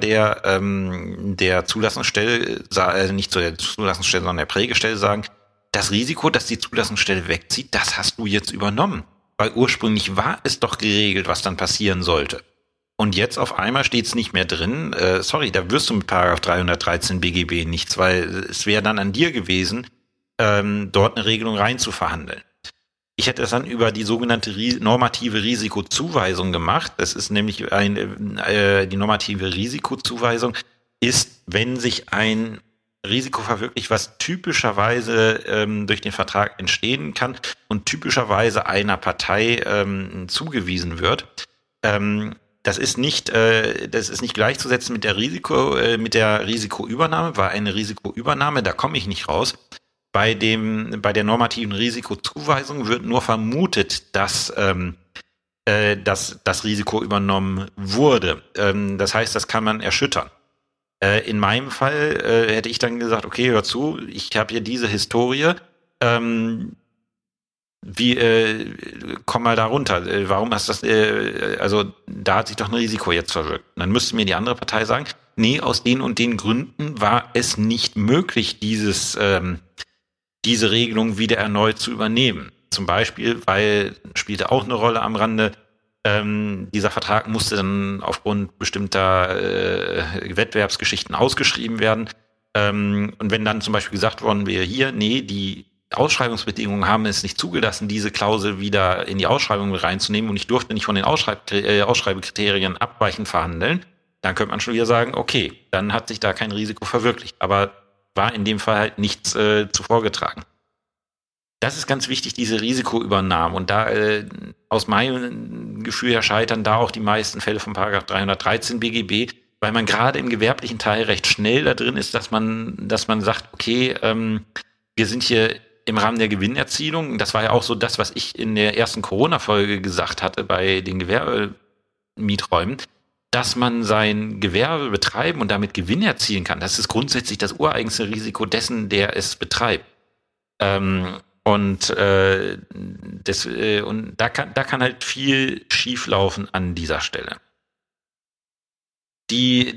der Zulassungsstelle, also nicht zu der Zulassungsstelle, sondern der Prägestelle sagen, das Risiko, dass die Zulassungsstelle wegzieht, das hast du jetzt übernommen. Weil ursprünglich war es doch geregelt, was dann passieren sollte. Und jetzt auf einmal steht es nicht mehr drin. Da wirst du mit Paragraph 313 BGB nichts, weil es wäre dann an dir gewesen, dort eine Regelung reinzuverhandeln. Ich hätte es dann über die sogenannte normative Risikozuweisung gemacht. Das ist nämlich die normative Risikozuweisung ist, wenn sich ein Risiko verwirklicht, was typischerweise durch den Vertrag entstehen kann und typischerweise einer Partei zugewiesen wird. Das ist nicht gleichzusetzen mit der Risikoübernahme, weil eine Risikoübernahme, da komme ich nicht raus. Bei der normativen Risikozuweisung wird nur vermutet, dass das Risiko übernommen wurde. Das heißt, das kann man erschüttern. In meinem Fall hätte ich dann gesagt, okay, hör zu, ich habe hier diese Historie, komm mal da runter. Warum hast das, also da hat sich doch ein Risiko jetzt verwirkt. Und dann müsste mir die andere Partei sagen, nee, aus den und den Gründen war es nicht möglich, diese Regelung wieder erneut zu übernehmen. Zum Beispiel, weil, spielte auch eine Rolle am Rande, dieser Vertrag musste dann aufgrund bestimmter Wettbewerbsgeschichten ausgeschrieben werden. Und wenn dann zum Beispiel gesagt worden wäre, hier, nee, die Ausschreibungsbedingungen haben es nicht zugelassen, diese Klausel wieder in die Ausschreibung reinzunehmen, und ich durfte nicht von den Ausschreibekriterien abweichend verhandeln, dann könnte man schon wieder sagen, okay, dann hat sich da kein Risiko verwirklicht. Aber war in dem Fall halt nichts zuvor getragen. Das ist ganz wichtig, diese Risikoübernahme. Und da aus meinem Gefühl her scheitern da auch die meisten Fälle von Paragraph 313 BGB, weil man gerade im gewerblichen Teil recht schnell da drin ist, dass man sagt, okay, wir sind hier im Rahmen der Gewinnerzielung. Das war ja auch so das, was ich in der ersten Corona-Folge gesagt hatte bei den Gewerbemieträumen, dass man sein Gewerbe betreiben und damit Gewinn erzielen kann. Das ist grundsätzlich das ureigenste Risiko dessen, der es betreibt. Und da kann halt viel schieflaufen an dieser Stelle. Ich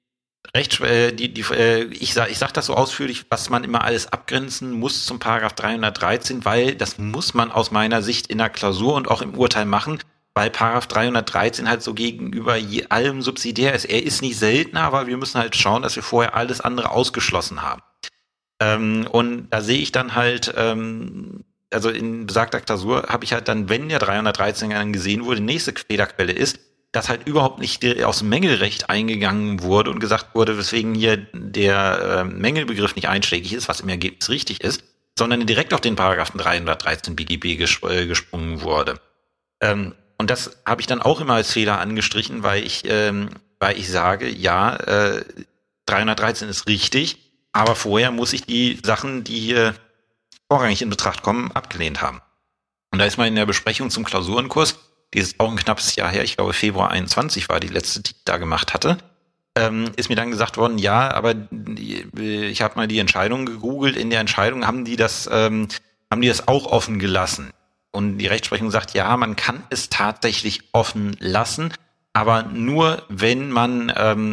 sag das so ausführlich, was man immer alles abgrenzen muss zum Paragraph 313, weil das muss man aus meiner Sicht in der Klausur und auch im Urteil machen, weil Paragraph 313 halt so gegenüber allem subsidiär ist. Er ist nicht seltener, aber wir müssen halt schauen, dass wir vorher alles andere ausgeschlossen haben. Und da sehe ich dann halt, also in besagter Klausur habe ich halt dann, wenn der 313 dann gesehen wurde, die nächste Fehlerquelle ist, dass halt überhaupt nicht aus dem Mängelrecht eingegangen wurde und gesagt wurde, weswegen hier der Mängelbegriff nicht einschlägig ist, was im Ergebnis richtig ist, sondern direkt auf den Paragraphen 313 BGB gesprungen wurde. Und das habe ich dann auch immer als Fehler angestrichen, weil ich sage, ja, 313 ist richtig, aber vorher muss ich die Sachen, die hier vorrangig in Betracht kommen, abgelehnt haben. Und da ist mal in der Besprechung zum Klausurenkurs, die ist auch ein knappes Jahr her, ich glaube Februar 21 war die letzte, die ich da gemacht hatte, ist mir dann gesagt worden, ja, aber ich habe mal die Entscheidung gegoogelt, in der Entscheidung haben die das auch offen gelassen. Und die Rechtsprechung sagt, ja, man kann es tatsächlich offen lassen, aber nur wenn man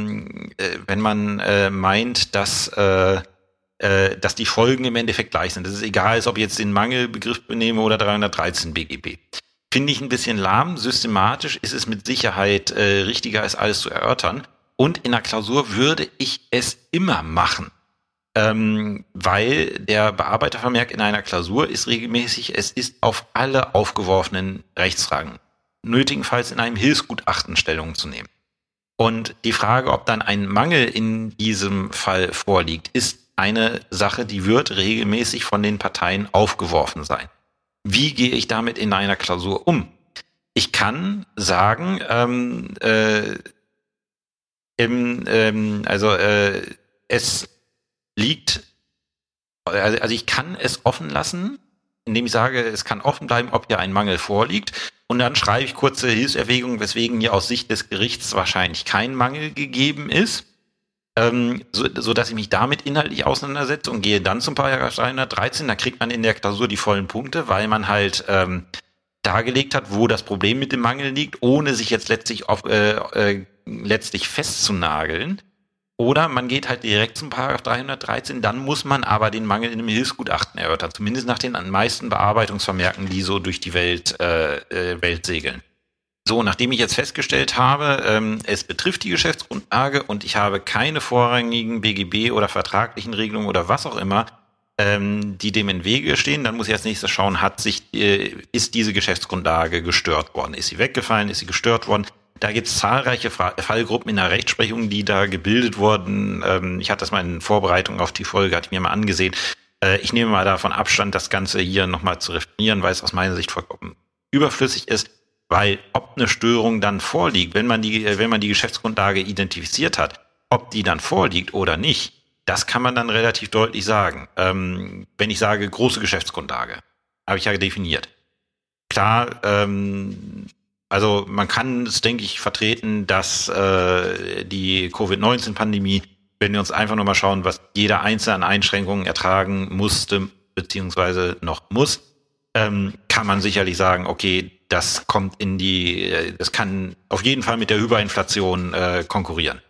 meint, dass die Folgen im Endeffekt gleich sind. Das ist egal, ob ich jetzt den Mangelbegriff benehme oder 313 BGB. Finde ich ein bisschen lahm. Systematisch ist es mit Sicherheit richtiger, es alles zu erörtern. Und in der Klausur würde ich es immer machen. Weil der Bearbeitervermerk in einer Klausur ist regelmäßig, es ist auf alle aufgeworfenen Rechtsfragen nötigenfalls in einem Hilfsgutachten Stellung zu nehmen. Und die Frage, ob dann ein Mangel in diesem Fall vorliegt, ist eine Sache, die wird regelmäßig von den Parteien aufgeworfen sein. Wie gehe ich damit in einer Klausur um? Ich kann sagen, es liegt, also ich kann es offen lassen, indem ich sage, es kann offen bleiben, ob hier ein Mangel vorliegt. Und dann schreibe ich kurze Hilfserwägungen, weswegen hier aus Sicht des Gerichts wahrscheinlich kein Mangel gegeben ist, so dass ich mich damit inhaltlich auseinandersetze und gehe dann zum Paragraph 313. Da kriegt man in der Klausur die vollen Punkte, weil man halt dargelegt hat, wo das Problem mit dem Mangel liegt, ohne sich jetzt letztlich festzunageln. Oder man geht halt direkt zum Paragraph 313, dann muss man aber den Mangel in einem Hilfsgutachten erörtern, zumindest nach den meisten Bearbeitungsvermerken, die so durch die Welt segeln. So, nachdem ich jetzt festgestellt habe, es betrifft die Geschäftsgrundlage und ich habe keine vorrangigen BGB oder vertraglichen Regelungen oder was auch immer, die dem im Wege stehen, dann muss ich als nächstes schauen, ist diese Geschäftsgrundlage gestört worden? Ist sie weggefallen? Ist sie gestört worden? Da gibt es zahlreiche Fallgruppen in der Rechtsprechung, die da gebildet wurden. Ich hatte das mal in Vorbereitung auf die Folge, hatte ich mir mal angesehen. Ich nehme mal davon Abstand, das Ganze hier nochmal zu reformieren, weil es aus meiner Sicht vollkommen überflüssig ist. Weil ob eine Störung dann vorliegt, wenn man die Geschäftsgrundlage identifiziert hat, ob die dann vorliegt oder nicht, das kann man dann relativ deutlich sagen. Wenn ich sage, große Geschäftsgrundlage, habe ich ja definiert. Klar, also man kann es, denke ich, vertreten, dass die Covid-19-Pandemie, wenn wir uns einfach nur mal schauen, was jeder Einzelne an Einschränkungen ertragen musste, beziehungsweise noch muss, kann man sicherlich sagen, okay, das kann auf jeden Fall mit der Hyperinflation konkurrieren.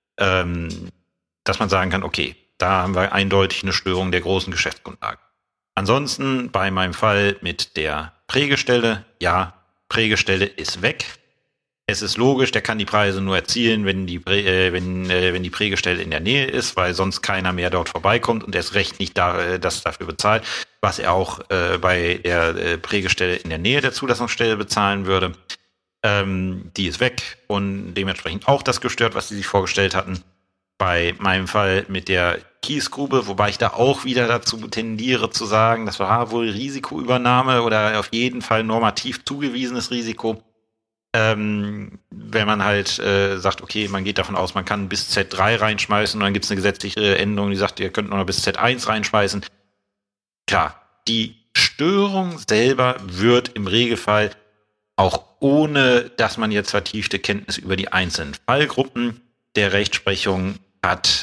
Dass man sagen kann, okay, da haben wir eindeutig eine Störung der großen Geschäftsgrundlage. Ansonsten bei meinem Fall mit der Prägestelle, ja, Prägestelle ist weg. Es ist logisch, der kann die Preise nur erzielen, wenn die Prägestelle in der Nähe ist, weil sonst keiner mehr dort vorbeikommt und erst recht nicht das dafür bezahlt, was er auch bei der Prägestelle in der Nähe der Zulassungsstelle bezahlen würde. Die ist weg und dementsprechend auch das gestört, was sie sich vorgestellt hatten. Bei meinem Fall mit der Kiesgrube, wobei ich da auch wieder dazu tendiere zu sagen, das war wohl Risikoübernahme oder auf jeden Fall normativ zugewiesenes Risiko. Wenn man halt sagt, okay, man geht davon aus, man kann bis Z3 reinschmeißen und dann gibt es eine gesetzliche Änderung, die sagt, ihr könnt nur noch bis Z1 reinschmeißen. Klar, die Störung selber wird im Regelfall auch ohne, dass man jetzt vertiefte Kenntnis über die einzelnen Fallgruppen der Rechtsprechung hat,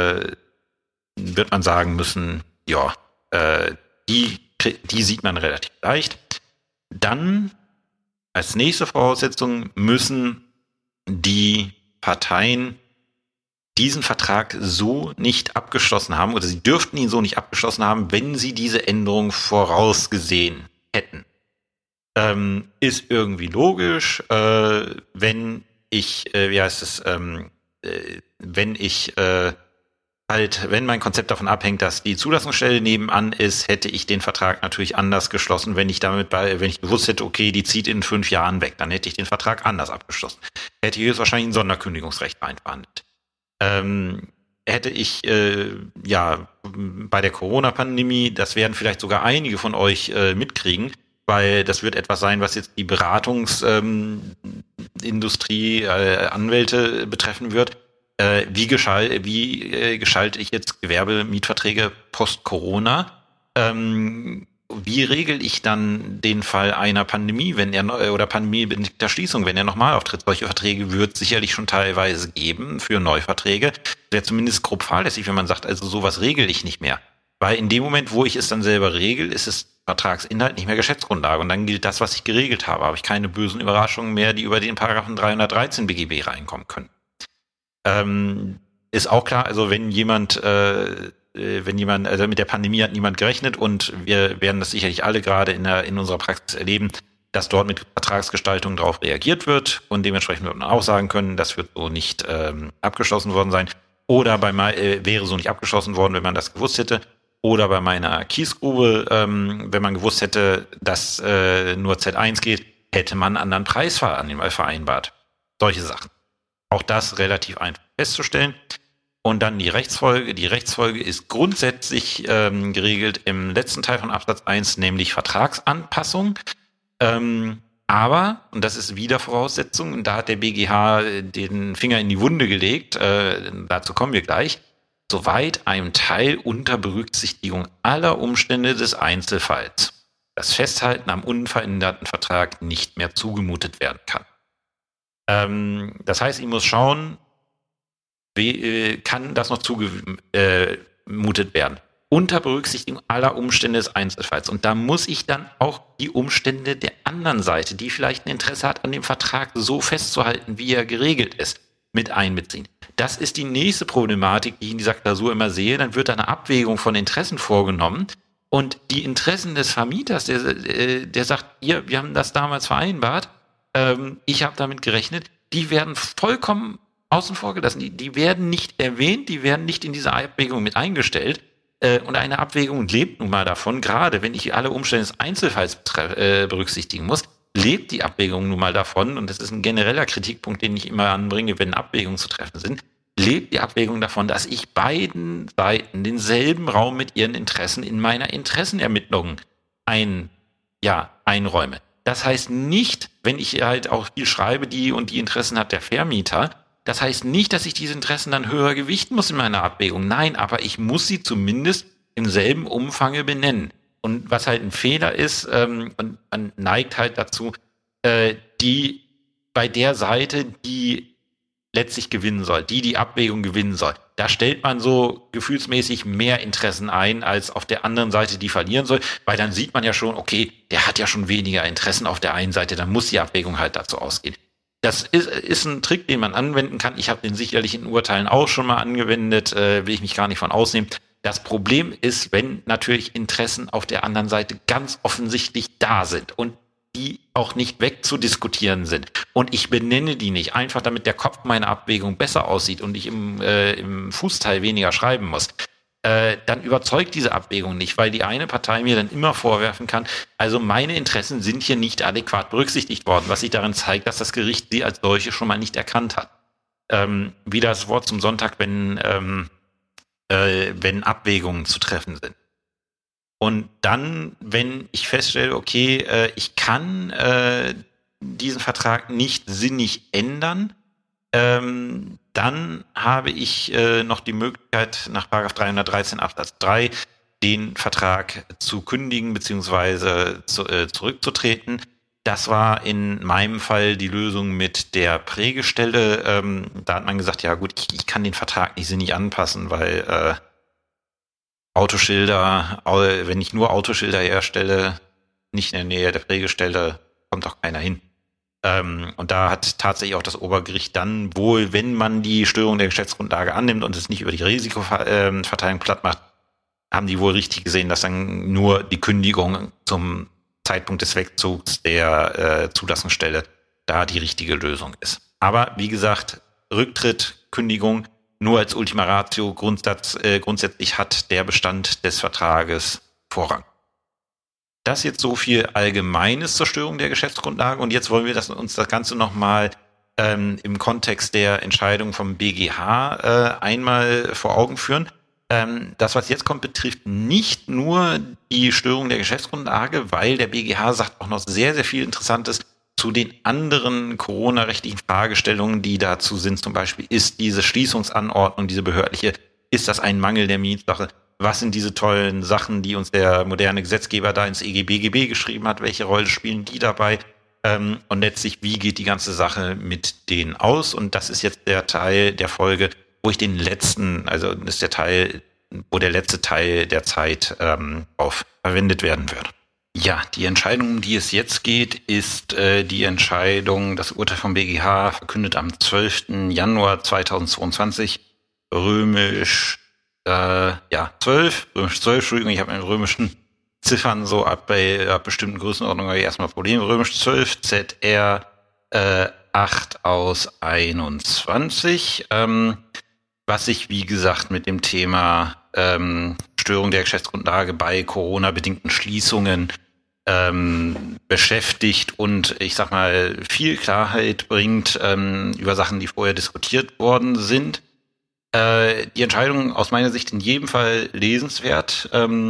wird man sagen müssen, ja, die sieht man relativ leicht. Dann als nächste Voraussetzung müssen die Parteien diesen Vertrag so nicht abgeschlossen haben oder sie dürften ihn so nicht abgeschlossen haben, wenn sie diese Änderung vorausgesehen hätten. Ist irgendwie logisch, wenn ich, wenn mein Konzept davon abhängt, dass die Zulassungsstelle nebenan ist, hätte ich den Vertrag natürlich anders geschlossen, wenn ich gewusst hätte, okay, die zieht in 5 Jahren weg, dann hätte ich den Vertrag anders abgeschlossen. Hätte ich jetzt wahrscheinlich ein Sonderkündigungsrecht reinverhandelt. Hätte ich, bei der Corona-Pandemie, das werden vielleicht sogar einige von euch mitkriegen, weil das wird etwas sein, was jetzt die Beratungsindustrie, Anwälte betreffen wird. Wie gestalte ich jetzt Gewerbemietverträge post-Corona? Wie regel ich dann den Fall einer Pandemie, oder pandemiebedingter Schließung, wenn er nochmal auftritt? Solche Verträge wird es sicherlich schon teilweise geben für Neuverträge. Wäre zumindest grob fahrlässig, wenn man sagt, also sowas regel ich nicht mehr. Weil in dem Moment, wo ich es dann selber regel, ist es Vertragsinhalt nicht mehr Geschäftsgrundlage und dann gilt das, was ich geregelt habe. Habe ich keine bösen Überraschungen mehr, die über den Paragraphen 313 BGB reinkommen können. Ist auch klar, also wenn jemand, also mit der Pandemie hat niemand gerechnet und wir werden das sicherlich alle gerade in unserer Praxis erleben, dass dort mit Vertragsgestaltung darauf reagiert wird und dementsprechend wird man auch sagen können, das wird so nicht abgeschlossen worden sein oder wäre so nicht abgeschlossen worden, wenn man das gewusst hätte. Oder bei meiner Kiesgrube, wenn man gewusst hätte, dass nur Z1 geht, hätte man einen anderen Preis vereinbart. Solche Sachen. Auch das relativ einfach festzustellen. Und dann die Rechtsfolge. Die Rechtsfolge ist grundsätzlich geregelt im letzten Teil von Absatz 1, nämlich Vertragsanpassung. Aber, und das ist wieder Voraussetzung, und da hat der BGH den Finger in die Wunde gelegt, dazu kommen wir gleich, soweit einem Teil unter Berücksichtigung aller Umstände des Einzelfalls das Festhalten am unveränderten Vertrag nicht mehr zugemutet werden kann. Das heißt, ich muss schauen, kann das noch zugemutet werden? Unter Berücksichtigung aller Umstände des Einzelfalls. Und da muss ich dann auch die Umstände der anderen Seite, die vielleicht ein Interesse hat, an dem Vertrag so festzuhalten, wie er geregelt ist, mit einbeziehen. Das ist die nächste Problematik, die ich in dieser Klausur immer sehe. Dann wird eine Abwägung von Interessen vorgenommen und die Interessen des Vermieters, der sagt, wir haben das damals vereinbart, ich habe damit gerechnet, die werden vollkommen außen vor gelassen. Die werden nicht erwähnt, die werden nicht in diese Abwägung mit eingestellt. Und eine Abwägung lebt nun mal davon, gerade wenn ich alle Umstände des Einzelfalls berücksichtigen muss, lebt die Abwägung nun mal davon, und das ist ein genereller Kritikpunkt, den ich immer anbringe, wenn Abwägungen zu treffen sind, lebt die Abwägung davon, dass ich beiden Seiten denselben Raum mit ihren Interessen in meiner Interessenermittlung einräume. Das heißt nicht, wenn ich halt auch viel schreibe, die und die Interessen hat der Vermieter, das heißt nicht, dass ich diese Interessen dann höher gewichten muss in meiner Abwägung. Nein, aber ich muss sie zumindest im selben Umfange benennen. Und was halt ein Fehler ist, und man neigt halt dazu, die bei der Seite, die letztlich gewinnen soll, die Abwägung gewinnen soll, da stellt man so gefühlsmäßig mehr Interessen ein, als auf der anderen Seite, die verlieren soll, weil dann sieht man ja schon, okay, der hat ja schon weniger Interessen auf der einen Seite, dann muss die Abwägung halt dazu ausgehen. Das ist ein Trick, den man anwenden kann. Ich habe den sicherlich in Urteilen auch schon mal angewendet, will ich mich gar nicht von ausnehmen. Das Problem ist, wenn natürlich Interessen auf der anderen Seite ganz offensichtlich da sind und die auch nicht wegzudiskutieren sind und ich benenne die nicht, einfach damit der Kopf meiner Abwägung besser aussieht und ich im Fußteil weniger schreiben muss, dann überzeugt diese Abwägung nicht, weil die eine Partei mir dann immer vorwerfen kann, also meine Interessen sind hier nicht adäquat berücksichtigt worden, was sich darin zeigt, dass das Gericht sie als solche schon mal nicht erkannt hat. Wie das Wort zum Sonntag, wenn Abwägungen zu treffen sind. Und dann, wenn ich feststelle, okay, ich kann diesen Vertrag nicht sinnig ändern, dann habe ich noch die Möglichkeit, nach § 313 Absatz 3 den Vertrag zu kündigen bzw. zurückzutreten. Das war in meinem Fall die Lösung mit der Prägestelle. Da hat man gesagt, ja gut, ich kann den Vertrag nicht sinnig anpassen, weil Autoschilder, wenn ich nur Autoschilder herstelle, nicht in der Nähe der Prägestelle, kommt doch keiner hin. Und da hat tatsächlich auch das Obergericht dann wohl, wenn man die Störung der Geschäftsgrundlage annimmt und es nicht über die Risikoverteilung platt macht, haben die wohl richtig gesehen, dass dann nur die Kündigung zum Zeitpunkt des Wegzugs der Zulassungsstelle da die richtige Lösung ist. Aber wie gesagt, Rücktritt, Kündigung nur als Ultima Ratio, grundsätzlich hat der Bestand des Vertrages Vorrang. Das jetzt so viel Allgemeines zur Störung der Geschäftsgrundlage und jetzt wollen wir uns das Ganze nochmal im Kontext der Entscheidung vom BGH einmal vor Augen führen. Das, was jetzt kommt, betrifft nicht nur die Störung der Geschäftsgrundlage, weil der BGH sagt auch noch sehr, sehr viel Interessantes zu den anderen Corona-rechtlichen Fragestellungen, die dazu sind. Zum Beispiel, ist diese Schließungsanordnung, diese behördliche, ist das ein Mangel der Mietsache? Was sind diese tollen Sachen, die uns der moderne Gesetzgeber da ins EGBGB geschrieben hat? Welche Rolle spielen die dabei? Und letztlich, wie geht die ganze Sache mit denen aus? Und das ist jetzt der Teil der Folge, wo ich das ist der Teil, wo der letzte Teil der Zeit auf verwendet werden wird. Ja, die Entscheidung, um die es jetzt geht, ist die Entscheidung, das Urteil vom BGH verkündet am 12. Januar 2022, römisch 12, Entschuldigung, ich habe mit römischen Ziffern so ab bestimmten Größenordnungen erstmal Probleme. Römisch 12, ZR 8 aus 21, was sich, wie gesagt, mit dem Thema Störung der Geschäftsgrundlage bei Corona-bedingten Schließungen beschäftigt und ich sag mal viel Klarheit bringt über Sachen, die vorher diskutiert worden sind. Die Entscheidung aus meiner Sicht in jedem Fall lesenswert,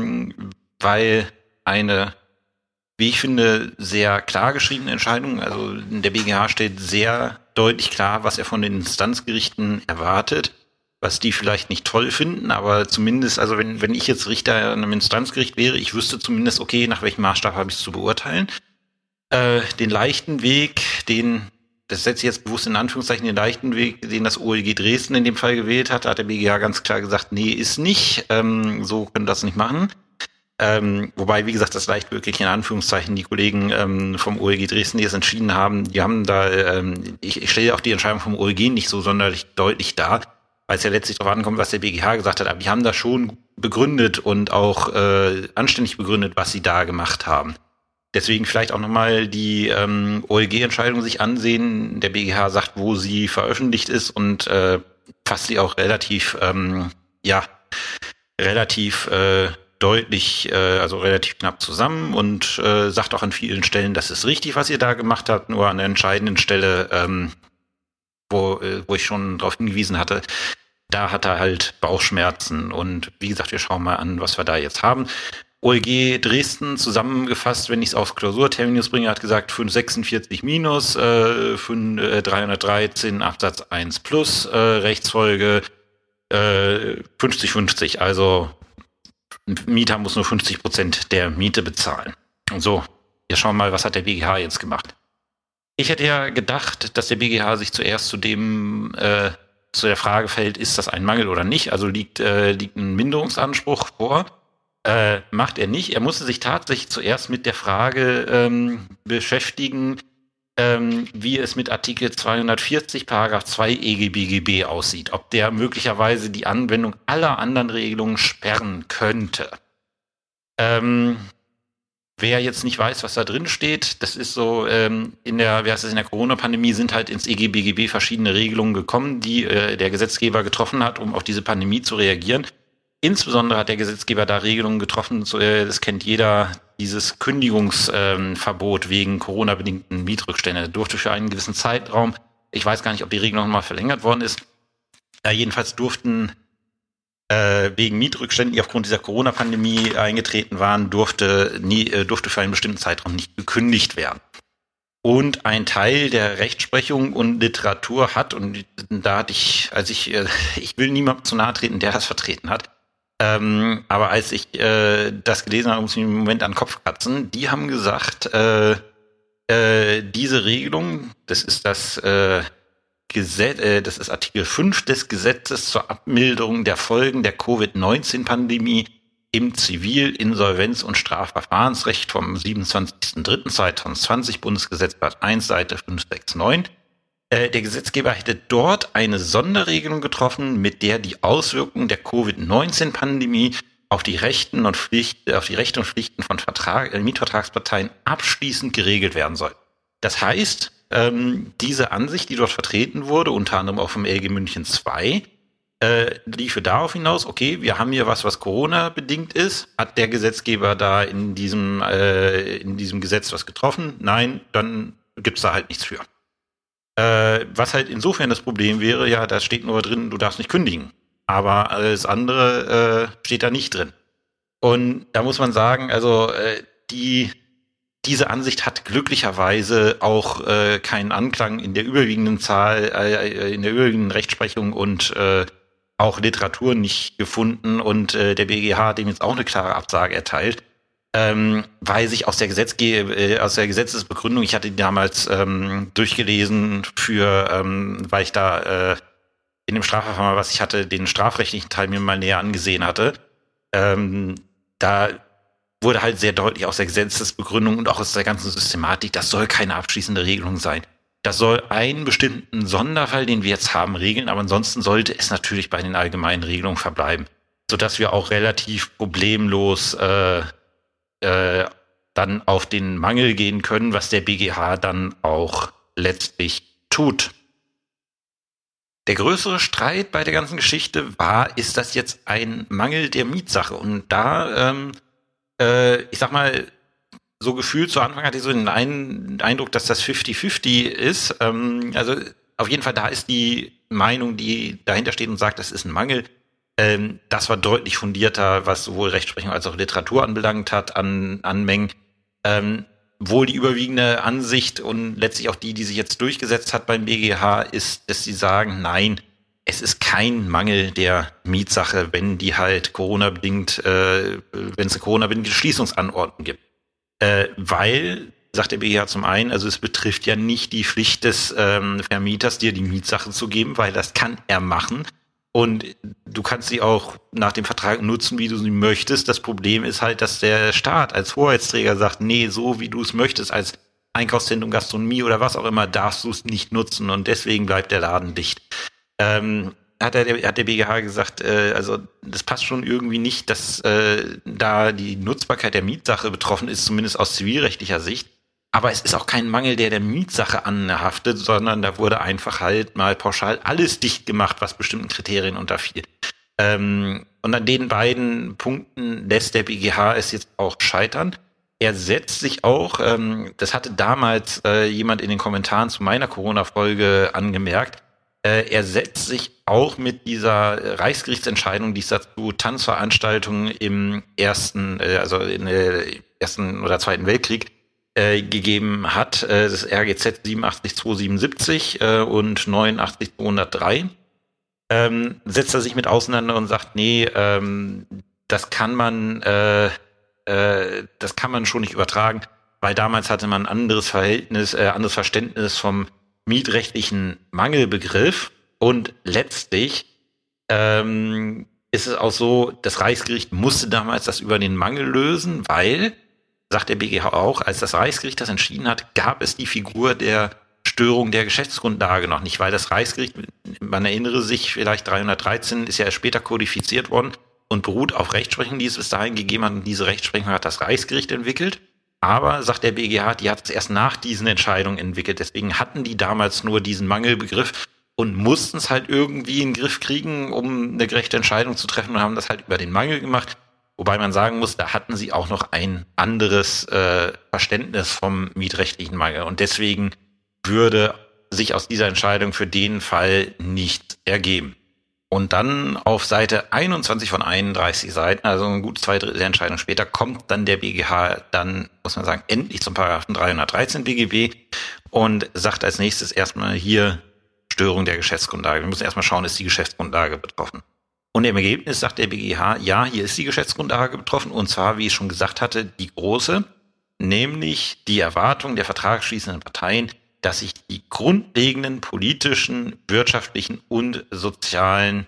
weil eine, wie ich finde, sehr klar geschriebene Entscheidung, also der BGH stellt sehr deutlich klar, was er von den Instanzgerichten erwartet, was die vielleicht nicht toll finden, aber zumindest, also wenn ich jetzt Richter an einem Instanzgericht wäre, ich wüsste zumindest, okay, nach welchem Maßstab habe ich es zu beurteilen. Den leichten Weg, das setze ich jetzt bewusst in Anführungszeichen, den leichten Weg, den das OLG Dresden in dem Fall gewählt hat, da hat der BGH ganz klar gesagt, nee, ist nicht, so können das nicht machen. Wobei, wie gesagt, das leicht wirklich in Anführungszeichen die Kollegen vom OLG Dresden, die es entschieden haben, die haben da, ich stelle auch die Entscheidung vom OLG nicht so sonderlich deutlich dar, weil es ja letztlich darauf ankommt, was der BGH gesagt hat, aber die haben da schon begründet und auch anständig begründet, was sie da gemacht haben. Deswegen vielleicht auch nochmal die OLG-Entscheidung sich ansehen. Der BGH sagt, wo sie veröffentlicht ist und fasst sie auch relativ deutlich, also relativ knapp zusammen und sagt auch an vielen Stellen, das ist richtig, was ihr da gemacht habt, nur an der entscheidenden Stelle, wo ich schon darauf hingewiesen hatte, da hat er halt Bauchschmerzen. Und wie gesagt, wir schauen mal an, was wir da jetzt haben. OLG Dresden zusammengefasst, wenn ich es auf Klausurterminus bringe, hat gesagt 546 minus, 313 Absatz 1 plus, Rechtsfolge 50-50. Also ein Mieter muss nur 50% der Miete bezahlen. Und so, wir schauen mal, was hat der BGH jetzt gemacht. Ich hätte ja gedacht, dass der BGH sich zuerst zu der Frage fällt, ist das ein Mangel oder nicht? Also liegt ein Minderungsanspruch vor. Macht er nicht. Er musste sich tatsächlich zuerst mit der Frage beschäftigen, wie es mit Artikel 240 Paragraph 2 EGBGB aussieht. Ob der möglicherweise die Anwendung aller anderen Regelungen sperren könnte. Wer jetzt nicht weiß, was da drin steht, das ist so, in der Corona-Pandemie sind halt ins EGBGB verschiedene Regelungen gekommen, die der Gesetzgeber getroffen hat, um auf diese Pandemie zu reagieren. Insbesondere hat der Gesetzgeber da Regelungen getroffen, das kennt jeder, dieses Kündigungsverbot wegen Corona-bedingten Mietrückstände durfte für einen gewissen Zeitraum, ich weiß gar nicht, ob die Regelung nochmal verlängert worden ist, jedenfalls durften wegen Mietrückständen, die aufgrund dieser Corona-Pandemie eingetreten waren, durfte für einen bestimmten Zeitraum nicht gekündigt werden. Und ein Teil der Rechtsprechung und Literatur hat, und da hatte ich will niemandem zu nahe treten, der das vertreten hat, aber als ich das gelesen habe, muss ich mir im Moment an den Kopf kratzen, die haben gesagt, diese Regelung, das ist das ist Artikel 5 des Gesetzes zur Abmilderung der Folgen der Covid-19-Pandemie im Zivil-, Insolvenz- und Strafverfahrensrecht vom 27.03.2020, Bundesgesetzblatt 1, Seite 569. Der Gesetzgeber hätte dort eine Sonderregelung getroffen, mit der die Auswirkungen der Covid-19-Pandemie auf die Rechten und Pflichten von Mietvertragsparteien abschließend geregelt werden soll. Das heißt, diese Ansicht, die dort vertreten wurde, unter anderem auch vom LG München II, liefe darauf hinaus, okay, wir haben hier was Corona-bedingt ist. Hat der Gesetzgeber da in diesem Gesetz was getroffen? Nein, dann gibt's da halt nichts für. Was halt insofern das Problem wäre, ja, da steht nur drin, du darfst nicht kündigen. Aber alles andere steht da nicht drin. Und da muss man sagen, also diese Ansicht hat glücklicherweise auch keinen Anklang in der überwiegenden Zahl, in der überwiegenden Rechtsprechung und auch Literatur nicht gefunden. Und der BGH hat dem jetzt auch eine klare Absage erteilt, weil sich aus der Gesetzesbegründung, ich hatte die damals durchgelesen weil ich da in dem Strafverfahren, was ich hatte, den strafrechtlichen Teil mir mal näher angesehen hatte. Da wurde halt sehr deutlich aus der Gesetzesbegründung und auch aus der ganzen Systematik, das soll keine abschließende Regelung sein. Das soll einen bestimmten Sonderfall, den wir jetzt haben, regeln, aber ansonsten sollte es natürlich bei den allgemeinen Regelungen verbleiben, sodass wir auch relativ problemlos dann auf den Mangel gehen können, was der BGH dann auch letztlich tut. Der größere Streit bei der ganzen Geschichte ist das jetzt ein Mangel der Mietsache? Und da, ich sag mal, so gefühlt zu Anfang hatte ich so den Eindruck, dass das 50-50 ist. Also auf jeden Fall, da ist die Meinung, die dahinter steht und sagt, das ist ein Mangel. Das war deutlich fundierter, was sowohl Rechtsprechung als auch Literatur anbelangt hat, an Mengen. Wohl die überwiegende Ansicht und letztlich auch die sich jetzt durchgesetzt hat beim BGH, ist, dass sie sagen, nein, es ist kein Mangel der Mietsache, wenn die halt wenn es eine Corona-bedingte Schließungsanordnung gibt. Weil, sagt der BGH zum einen, also es betrifft ja nicht die Pflicht des Vermieters, dir die Mietsache zu geben, weil das kann er machen. Und du kannst sie auch nach dem Vertrag nutzen, wie du sie möchtest. Das Problem ist halt, dass der Staat als Hoheitsträger sagt, nee, so wie du es möchtest, als Einkaufszentrum, Gastronomie oder was auch immer, darfst du es nicht nutzen und deswegen bleibt der Laden dicht. Hat der BGH gesagt, also das passt schon irgendwie nicht, dass da die Nutzbarkeit der Mietsache betroffen ist, zumindest aus zivilrechtlicher Sicht. Aber es ist auch kein Mangel, der Mietsache anhaftet, sondern da wurde einfach halt mal pauschal alles dicht gemacht, was bestimmten Kriterien unterfiel. Und an den beiden Punkten lässt der BGH es jetzt auch scheitern. Er setzt sich auch, das hatte damals jemand in den Kommentaren zu meiner Corona-Folge angemerkt, er setzt sich auch mit dieser Reichsgerichtsentscheidung, die es dazu Tanzveranstaltungen im Ersten oder Zweiten Weltkrieg gegeben hat, das RGZ 87277 und 89203, setzt er sich mit auseinander und sagt, nee, das kann man schon nicht übertragen, weil damals hatte man ein anderes Verständnis vom mietrechtlichen Mangelbegriff und letztlich ist es auch so, das Reichsgericht musste damals das über den Mangel lösen, weil, sagt der BGH auch, als das Reichsgericht das entschieden hat, gab es die Figur der Störung der Geschäftsgrundlage noch nicht, weil das Reichsgericht, man erinnere sich, vielleicht 313 ist ja erst später kodifiziert worden und beruht auf Rechtsprechung, die es bis dahin gegeben hat, und diese Rechtsprechung hat das Reichsgericht entwickelt. Aber, sagt der BGH, die hat es erst nach diesen Entscheidungen entwickelt. Deswegen hatten die damals nur diesen Mangelbegriff und mussten es halt irgendwie in den Griff kriegen, um eine gerechte Entscheidung zu treffen, und haben das halt über den Mangel gemacht. Wobei man sagen muss, da hatten sie auch noch ein anderes Verständnis vom mietrechtlichen Mangel. Und deswegen würde sich aus dieser Entscheidung für den Fall nichts ergeben. Und dann auf Seite 21 von 31 Seiten, also ein gutes 2/3 der Entscheidung später, kommt dann der BGH dann, muss man sagen, endlich zum Paragraphen 313 BGB und sagt als nächstes erstmal hier Störung der Geschäftsgrundlage. Wir müssen erstmal schauen, ist die Geschäftsgrundlage betroffen. Und im Ergebnis sagt der BGH, ja, hier ist die Geschäftsgrundlage betroffen, und zwar, wie ich schon gesagt hatte, die große, nämlich die Erwartung der vertragsschließenden Parteien, dass sich die grundlegenden politischen, wirtschaftlichen und sozialen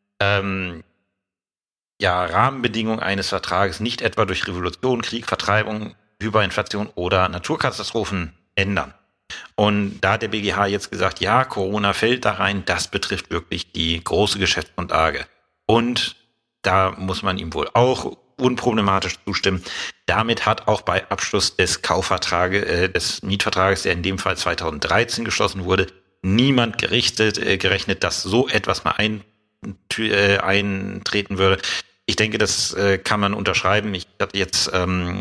Rahmenbedingungen eines Vertrages nicht etwa durch Revolution, Krieg, Vertreibung, Hyperinflation oder Naturkatastrophen ändern. Und da hat der BGH jetzt gesagt, ja, Corona fällt da rein, das betrifft wirklich die große Geschäftsgrundlage. Und da muss man ihm wohl auch unproblematisch zustimmen. Damit hat auch bei Abschluss des des Mietvertrages, der in dem Fall 2013 geschlossen wurde, niemand gerechnet, dass so etwas mal eintreten würde. Ich denke, das kann man unterschreiben. Ich hatte jetzt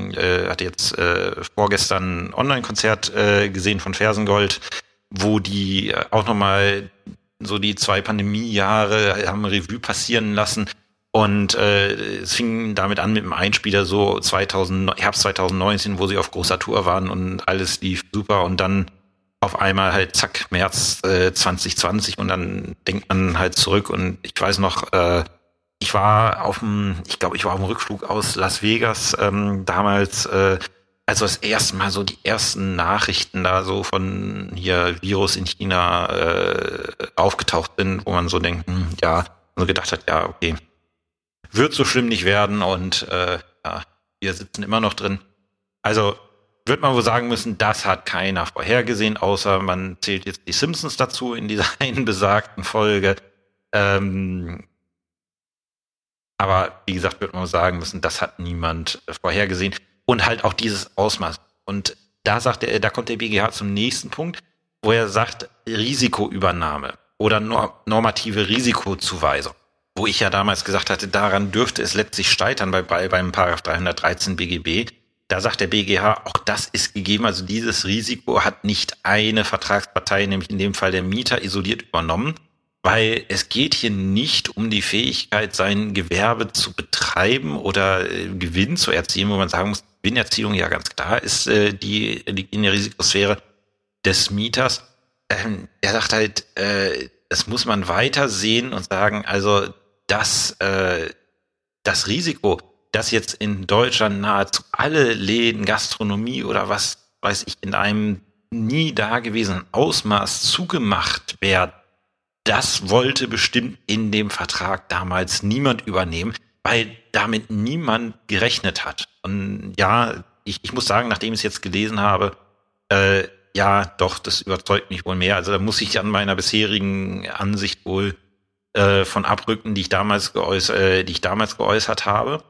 vorgestern ein Online-Konzert gesehen von Fersengold, wo die auch nochmal so die 2 Pandemiejahre haben Revue passieren lassen. Und es fing damit an mit einem Einspieler so Herbst 2019, wo sie auf großer Tour waren und alles lief super. Und dann auf einmal halt zack, März 2020 und dann denkt man halt zurück. Und ich weiß noch, ich war auf dem Rückflug aus Las Vegas damals, also das erste Mal so die ersten Nachrichten da so von hier Virus in China aufgetaucht sind, wo man so denkt, so gedacht hat, ja, okay, wird so schlimm nicht werden und wir sitzen immer noch drin. Also wird man wohl sagen müssen, das hat keiner vorhergesehen, außer man zählt jetzt die Simpsons dazu in dieser einen besagten Folge. Aber wie gesagt, wird man sagen müssen, das hat niemand vorhergesehen. Und halt auch dieses Ausmaß. Und da kommt der BGH zum nächsten Punkt, wo er sagt, Risikoübernahme oder normative Risikozuweisung. Wo ich ja damals gesagt hatte, daran dürfte es letztlich scheitern beim Paragraph 313 BGB. Da sagt der BGH, auch das ist gegeben. Also dieses Risiko hat nicht eine Vertragspartei, nämlich in dem Fall der Mieter, isoliert übernommen. Weil es geht hier nicht um die Fähigkeit, sein Gewerbe zu betreiben oder Gewinn zu erzielen, wo man sagen muss, Gewinnerzielung ja ganz klar ist, die liegt in der Risikosphäre des Mieters. Er sagt halt, das muss man weiter sehen und sagen, also das Risiko, dass jetzt in Deutschland nahezu alle Läden, Gastronomie oder was weiß ich, in einem nie dagewesenen Ausmaß zugemacht werden, das wollte bestimmt in dem Vertrag damals niemand übernehmen, weil damit niemand gerechnet hat. Und ja, ich muss sagen, nachdem ich es jetzt gelesen habe, ja, doch, das überzeugt mich wohl mehr. Also da muss ich an meiner bisherigen Ansicht wohl von abrücken, die ich damals geäußert habe.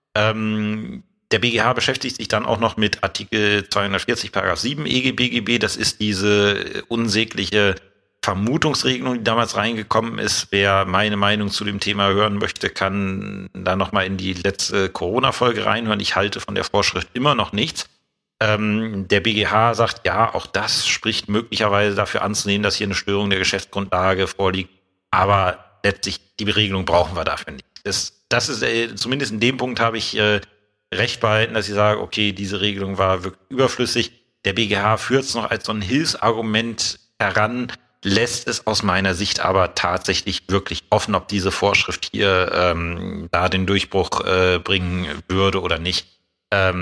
Der BGH beschäftigt sich dann auch noch mit Artikel 240 Paragraph 7 EGBGB. Das ist diese unsägliche Vermutungsregelung, die damals reingekommen ist. Wer meine Meinung zu dem Thema hören möchte, kann da nochmal in die letzte Corona-Folge reinhören. Ich halte von der Vorschrift immer noch nichts. Der BGH sagt, ja, auch das spricht möglicherweise dafür anzunehmen, dass hier eine Störung der Geschäftsgrundlage vorliegt. Aber letztlich, die Regelung brauchen wir dafür nicht. Das ist, zumindest in dem Punkt habe ich recht behalten, dass ich sage, okay, diese Regelung war wirklich überflüssig. Der BGH führt es noch als so ein Hilfsargument heran, lässt es aus meiner Sicht aber tatsächlich wirklich offen, ob diese Vorschrift hier da den Durchbruch bringen würde oder nicht. Da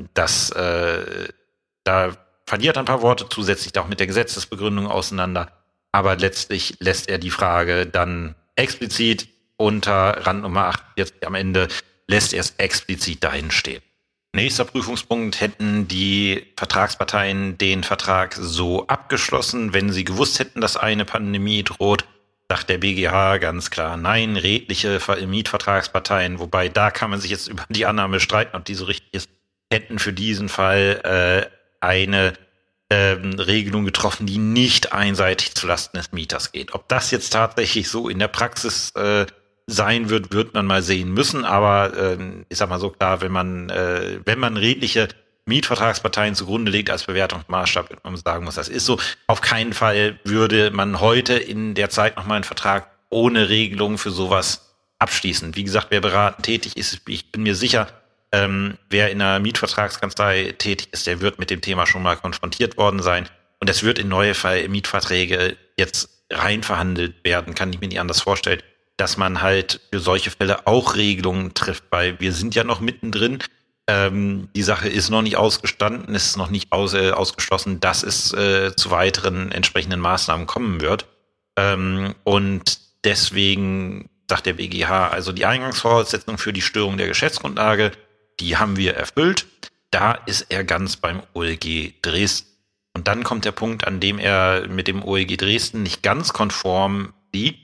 verliert ein paar Worte zusätzlich auch mit der Gesetzesbegründung auseinander, aber letztlich lässt er die Frage dann explizit unter Randnummer 48 am Ende, lässt er es explizit dahin stehen. Nächster Prüfungspunkt: Hätten die Vertragsparteien den Vertrag so abgeschlossen, wenn sie gewusst hätten, dass eine Pandemie droht? Sagt der BGH ganz klar nein, redliche Mietvertragsparteien, wobei da kann man sich jetzt über die Annahme streiten, ob die so richtig ist, hätten für diesen Fall eine Regelung getroffen, die nicht einseitig zulasten des Mieters geht. Ob das jetzt tatsächlich so in der Praxis sein wird man mal sehen müssen, aber ich sag mal so klar, wenn man redliche Mietvertragsparteien zugrunde legt als Bewertungsmaßstab, wird man sagen muss, das ist so. Auf keinen Fall würde man heute in der Zeit nochmal einen Vertrag ohne Regelung für sowas abschließen. Wie gesagt, wer beratend tätig ist, ich bin mir sicher, wer in einer Mietvertragskanzlei tätig ist, der wird mit dem Thema schon mal konfrontiert worden sein. Und es wird in neue Mietverträge jetzt rein verhandelt werden, kann ich mir nicht anders vorstellen, dass man halt für solche Fälle auch Regelungen trifft, weil wir sind ja noch mittendrin. Die Sache ist noch nicht ausgestanden, es ist noch nicht ausgeschlossen, dass es zu weiteren entsprechenden Maßnahmen kommen wird. Und deswegen sagt der BGH, also die Eingangsvoraussetzung für die Störung der Geschäftsgrundlage, die haben wir erfüllt. Da ist er ganz beim OLG Dresden. Und dann kommt der Punkt, an dem er mit dem OLG Dresden nicht ganz konform liegt.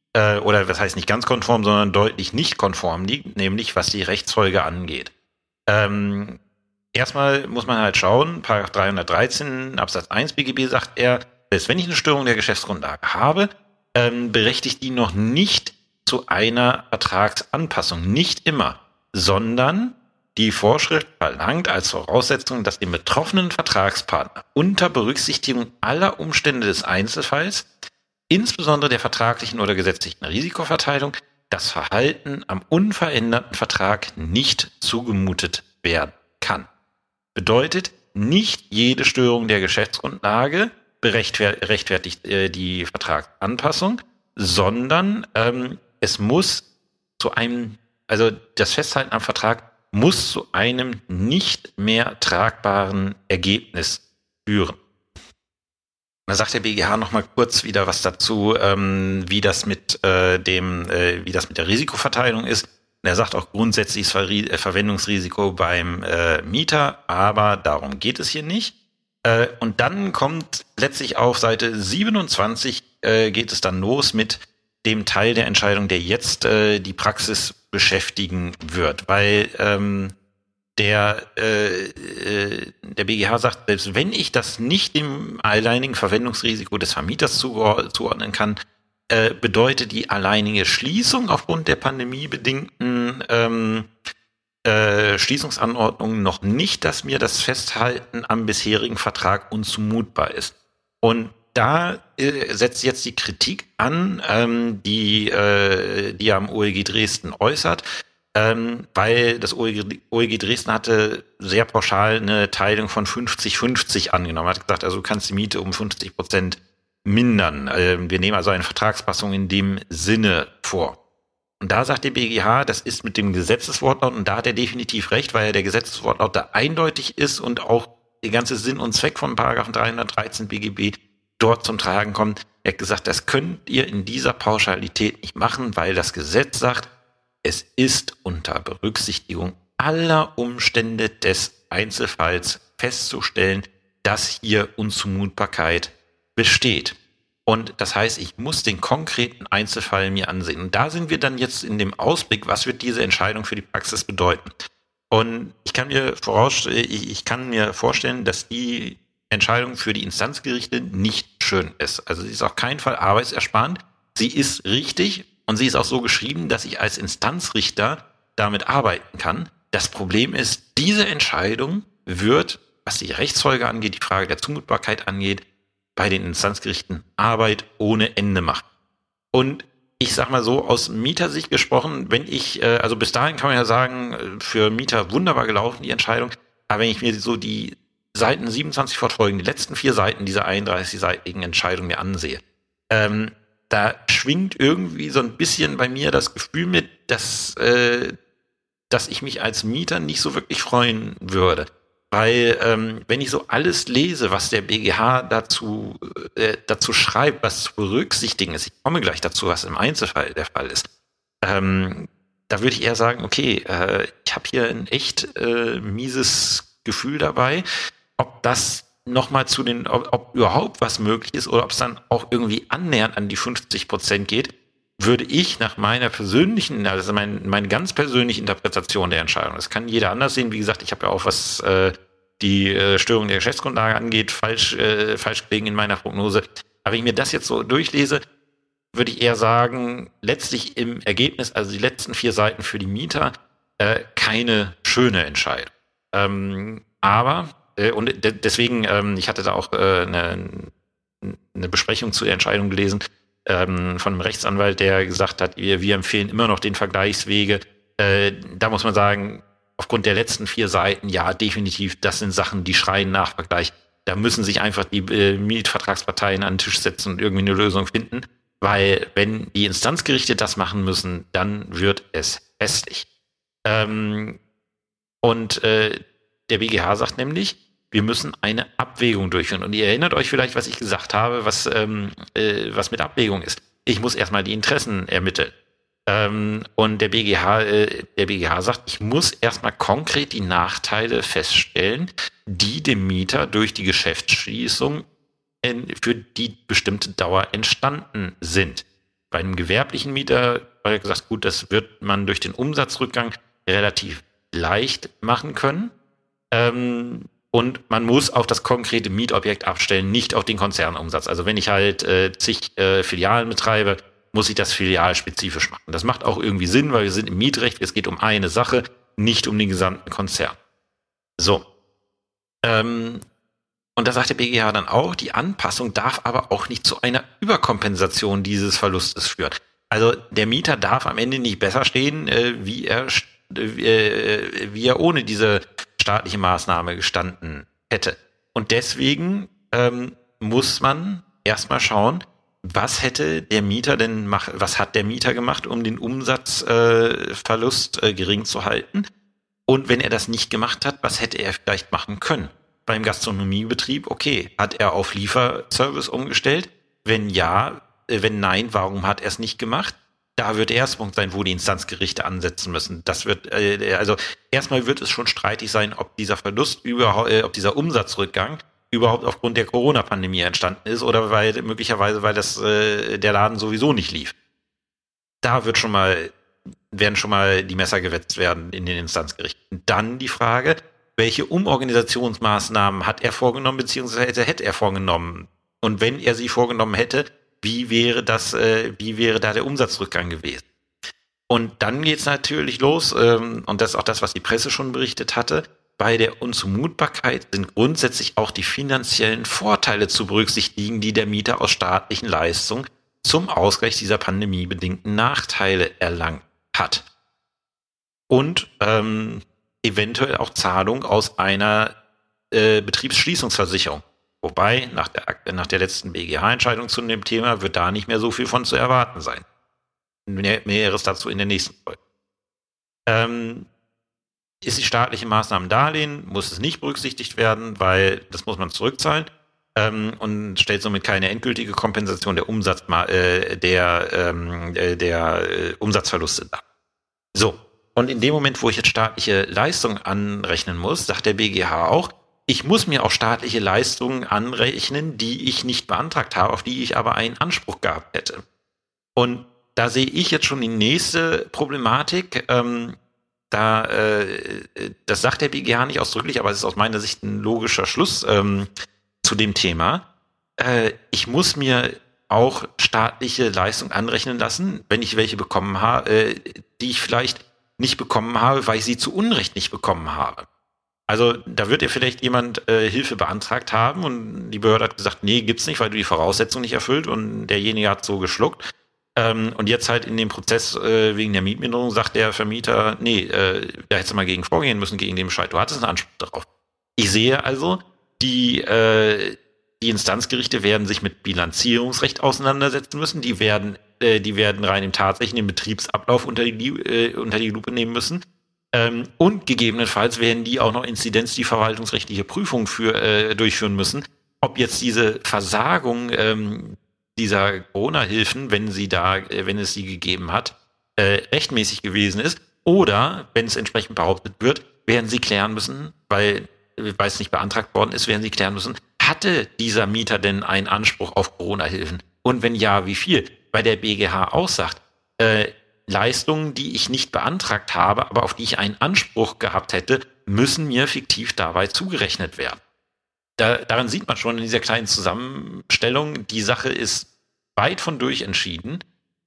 oder was heißt nicht ganz konform, sondern deutlich nicht konform liegt, nämlich was die Rechtsfolge angeht. Erstmal muss man halt schauen, Paragraph 313 Absatz 1 BGB sagt er, selbst wenn ich eine Störung der Geschäftsgrundlage habe, berechtigt die noch nicht zu einer Vertragsanpassung. Nicht immer, sondern die Vorschrift verlangt als Voraussetzung, dass dem betroffenen Vertragspartner unter Berücksichtigung aller Umstände des Einzelfalls, insbesondere der vertraglichen oder gesetzlichen Risikoverteilung, das Verhalten am unveränderten Vertrag nicht zugemutet werden kann. Bedeutet, nicht jede Störung der Geschäftsgrundlage rechtfertigt die Vertragsanpassung, sondern es muss zu einem, also das Festhalten am Vertrag muss zu einem nicht mehr tragbaren Ergebnis führen. Da sagt der BGH noch mal kurz wieder was dazu, wie das mit der Risikoverteilung ist. Er sagt auch grundsätzlich Verwendungsrisiko beim Mieter, aber darum geht es hier nicht. Und dann kommt letztlich auf Seite 27 geht es dann los mit dem Teil der Entscheidung, der jetzt die Praxis beschäftigen wird, weil der BGH sagt, selbst wenn ich das nicht dem alleinigen Verwendungsrisiko des Vermieters zuordnen kann, bedeutet die alleinige Schließung aufgrund der pandemiebedingten Schließungsanordnungen noch nicht, dass mir das Festhalten am bisherigen Vertrag unzumutbar ist. Und da setzt jetzt die Kritik an, die am OLG Dresden äußert, weil das OLG Dresden hatte sehr pauschal eine Teilung von 50-50 angenommen. Hat gesagt, also du kannst die Miete um 50% mindern. Wir nehmen also eine Vertragspassung in dem Sinne vor. Und da sagt der BGH, das ist mit dem Gesetzeswortlaut, und da hat er definitiv recht, weil der Gesetzeswortlaut da eindeutig ist und auch der ganze Sinn und Zweck von Paragraphen 313 BGB dort zum Tragen kommt. Er hat gesagt, das könnt ihr in dieser Pauschalität nicht machen, weil das Gesetz sagt, es ist unter Berücksichtigung aller Umstände des Einzelfalls festzustellen, dass hier Unzumutbarkeit besteht. Und das heißt, ich muss den konkreten Einzelfall mir ansehen. Und da sind wir dann jetzt in dem Ausblick, was wird diese Entscheidung für die Praxis bedeuten? Und ich kann mir vorstellen, dass die Entscheidung für die Instanzgerichte nicht schön ist. Also sie ist auf keinen Fall arbeitsersparend. Sie ist richtig und sie ist auch so geschrieben, dass ich als Instanzrichter damit arbeiten kann. Das Problem ist, diese Entscheidung wird, was die Rechtsfolge angeht, die Frage der Zumutbarkeit angeht, bei den Instanzgerichten Arbeit ohne Ende machen. Und ich sag mal so, aus Mietersicht gesprochen, also bis dahin kann man ja sagen, für Mieter wunderbar gelaufen, die Entscheidung. Aber wenn ich mir so die Seiten 27 fortfolgen, die letzten 4 Seiten dieser 31-seitigen Entscheidung mir ansehe, da schwingt irgendwie so ein bisschen bei mir das Gefühl mit, dass ich mich als Mieter nicht so wirklich freuen würde. Weil wenn ich so alles lese, was der BGH dazu schreibt, was zu berücksichtigen ist, ich komme gleich dazu, was im Einzelfall der Fall ist, da würde ich eher sagen, okay, ich habe hier ein echt mieses Gefühl dabei, ob das nochmal ob überhaupt was möglich ist oder ob es dann auch irgendwie annähernd an die 50% geht, würde ich nach meiner persönlichen, also meine ganz persönliche Interpretation der Entscheidung, das kann jeder anders sehen, wie gesagt, ich habe ja auch, was die Störung der Geschäftsgrundlage angeht, falsch gelegen in meiner Prognose, aber wenn ich mir das jetzt so durchlese, würde ich eher sagen, letztlich im Ergebnis, also die letzten 4 Seiten für die Mieter, keine schöne Entscheidung. Und deswegen, ich hatte da auch eine Besprechung zu der Entscheidung gelesen, von einem Rechtsanwalt, der gesagt hat, wir empfehlen immer noch den Vergleichswege. Da muss man sagen, aufgrund der letzten 4 Seiten, ja, definitiv, das sind Sachen, die schreien nach Vergleich. Da müssen sich einfach die Mietvertragsparteien an den Tisch setzen und irgendwie eine Lösung finden, weil wenn die Instanzgerichte das machen müssen, dann wird es hässlich. Der BGH sagt nämlich, wir müssen eine Abwägung durchführen. Und ihr erinnert euch vielleicht, was ich gesagt habe, was mit Abwägung ist. Ich muss erstmal die Interessen ermitteln. Und der BGH sagt, ich muss erstmal konkret die Nachteile feststellen, die dem Mieter durch die Geschäftsschließung für die bestimmte Dauer entstanden sind. Bei einem gewerblichen Mieter war ja gesagt, gut, das wird man durch den Umsatzrückgang relativ leicht machen können. Und man muss auf das konkrete Mietobjekt abstellen, nicht auf den Konzernumsatz. Also wenn ich halt zig Filialen betreibe, muss ich das filialspezifisch machen. Das macht auch irgendwie Sinn, weil wir sind im Mietrecht, es geht um eine Sache, nicht um den gesamten Konzern. So. Und da sagt der BGH dann auch, die Anpassung darf aber auch nicht zu einer Überkompensation dieses Verlustes führen. Also der Mieter darf am Ende nicht besser stehen, wie er ohne diese staatliche Maßnahme gestanden hätte. Und deswegen muss man erstmal schauen, was hat der Mieter gemacht, um den Umsatzverlust gering zu halten? Und wenn er das nicht gemacht hat, was hätte er vielleicht machen können? Beim Gastronomiebetrieb, okay, hat er auf Lieferservice umgestellt? Wenn ja, wenn nein, warum hat er es nicht gemacht? Da wird der erste Punkt sein, wo die Instanzgerichte ansetzen müssen. Das wird, also erstmal wird es schon streitig sein, ob dieser Verlust ob dieser Umsatzrückgang überhaupt aufgrund der Corona-Pandemie entstanden ist oder möglicherweise, weil der Laden sowieso nicht lief. Da werden schon mal die Messer gewetzt werden in den Instanzgerichten. Dann die Frage, welche Umorganisationsmaßnahmen hat er vorgenommen, beziehungsweise hätte er vorgenommen? Und wenn er sie vorgenommen hätte, wie wäre da der Umsatzrückgang gewesen? Und dann geht's natürlich los, und das ist auch das, was die Presse schon berichtet hatte, bei der Unzumutbarkeit sind grundsätzlich auch die finanziellen Vorteile zu berücksichtigen, die der Mieter aus staatlichen Leistungen zum Ausgleich dieser pandemiebedingten Nachteile erlangt hat. Und eventuell auch Zahlung aus einer Betriebsschließungsversicherung. Wobei, nach der letzten BGH-Entscheidung zu dem Thema wird da nicht mehr so viel von zu erwarten sein. Mehreres dazu in der nächsten Folge. Ist die staatliche Maßnahme Darlehen, muss es nicht berücksichtigt werden, weil das muss man zurückzahlen und stellt somit keine endgültige Kompensation der Umsatzverluste dar. So, und in dem Moment, wo ich jetzt staatliche Leistungen anrechnen muss, sagt der BGH auch, ich muss mir auch staatliche Leistungen anrechnen, die ich nicht beantragt habe, auf die ich aber einen Anspruch gehabt hätte. Und da sehe ich jetzt schon die nächste Problematik. Das sagt der BGH nicht ausdrücklich, aber es ist aus meiner Sicht ein logischer Schluss zu dem Thema. Ich muss mir auch staatliche Leistungen anrechnen lassen, wenn ich welche bekommen habe, die ich vielleicht nicht bekommen habe, weil ich sie zu Unrecht nicht bekommen habe. Also da wird ja vielleicht jemand Hilfe beantragt haben und die Behörde hat gesagt, nee, gibt's nicht, weil du die Voraussetzungen nicht erfüllt und derjenige hat so geschluckt. Und jetzt halt in dem Prozess wegen der Mietminderung sagt der Vermieter, nee, da hättest du mal gegen vorgehen müssen, gegen den Bescheid. Du hattest einen Anspruch darauf. Ich sehe also, die Instanzgerichte werden sich mit Bilanzierungsrecht auseinandersetzen müssen. Die werden rein im tatsächlichen Betriebsablauf unter die Lupe nehmen müssen. Und gegebenenfalls werden die auch noch die verwaltungsrechtliche Prüfung durchführen müssen, ob jetzt diese Versagung dieser Corona-Hilfen, wenn es sie gegeben hat, rechtmäßig gewesen ist, oder, wenn es entsprechend behauptet wird, werden sie klären müssen, weil es nicht beantragt worden ist, werden sie klären müssen, hatte dieser Mieter denn einen Anspruch auf Corona-Hilfen? Und wenn ja, wie viel? Weil der BGH auch sagt, Leistungen, die ich nicht beantragt habe, aber auf die ich einen Anspruch gehabt hätte, müssen mir fiktiv dabei zugerechnet werden. Daran sieht man schon in dieser kleinen Zusammenstellung, die Sache ist weit von durchentschieden.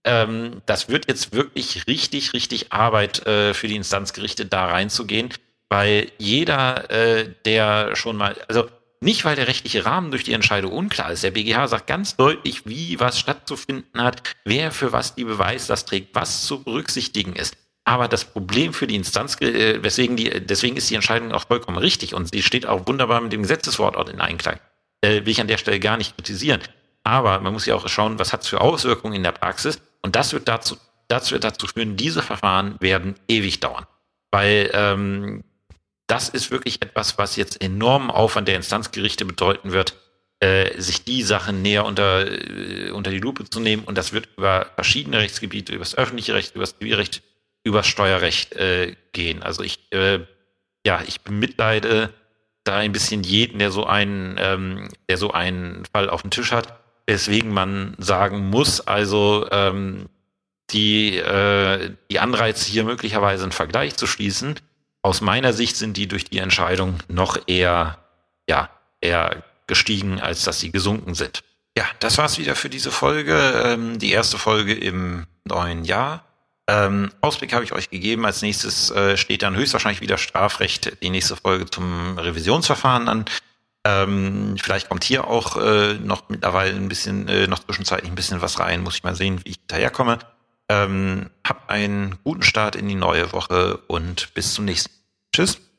Das wird jetzt wirklich richtig, richtig Arbeit für die Instanzgerichte, da reinzugehen, weil jeder, der schon mal, also nicht, weil der rechtliche Rahmen durch die Entscheidung unklar ist. Der BGH sagt ganz deutlich, wie was stattzufinden hat, wer für was die Beweislast trägt, was zu berücksichtigen ist. Aber das Problem für die Instanz, deswegen ist die Entscheidung auch vollkommen richtig und sie steht auch wunderbar mit dem Gesetzeswortlaut in Einklang. Will ich an der Stelle gar nicht kritisieren. Aber man muss ja auch schauen, was hat es für Auswirkungen in der Praxis. Und das wird dazu führen, diese Verfahren werden ewig dauern. Weil das ist wirklich etwas, was jetzt enormen Aufwand der Instanzgerichte bedeuten wird, sich die Sachen näher unter die Lupe zu nehmen. Und das wird über verschiedene Rechtsgebiete, über das öffentliche Recht, über das Zivilrecht, über das Steuerrecht gehen. Also ich bemitleide da ein bisschen jeden, der so einen Fall auf dem Tisch hat. weswegen man sagen muss, also die Anreize hier möglicherweise einen Vergleich zu schließen, aus meiner Sicht sind die durch die Entscheidung noch eher gestiegen, als dass sie gesunken sind. Ja, das war's wieder für diese Folge, die erste Folge im neuen Jahr. Ausblick habe ich euch gegeben. Als nächstes steht dann höchstwahrscheinlich wieder Strafrecht, die nächste Folge zum Revisionsverfahren an. Vielleicht kommt hier auch noch mittlerweile ein bisschen, noch zwischenzeitlich ein bisschen was rein. Muss ich mal sehen, wie ich daherkomme. Habt einen guten Start in die neue Woche und bis zum nächsten. Tschüss.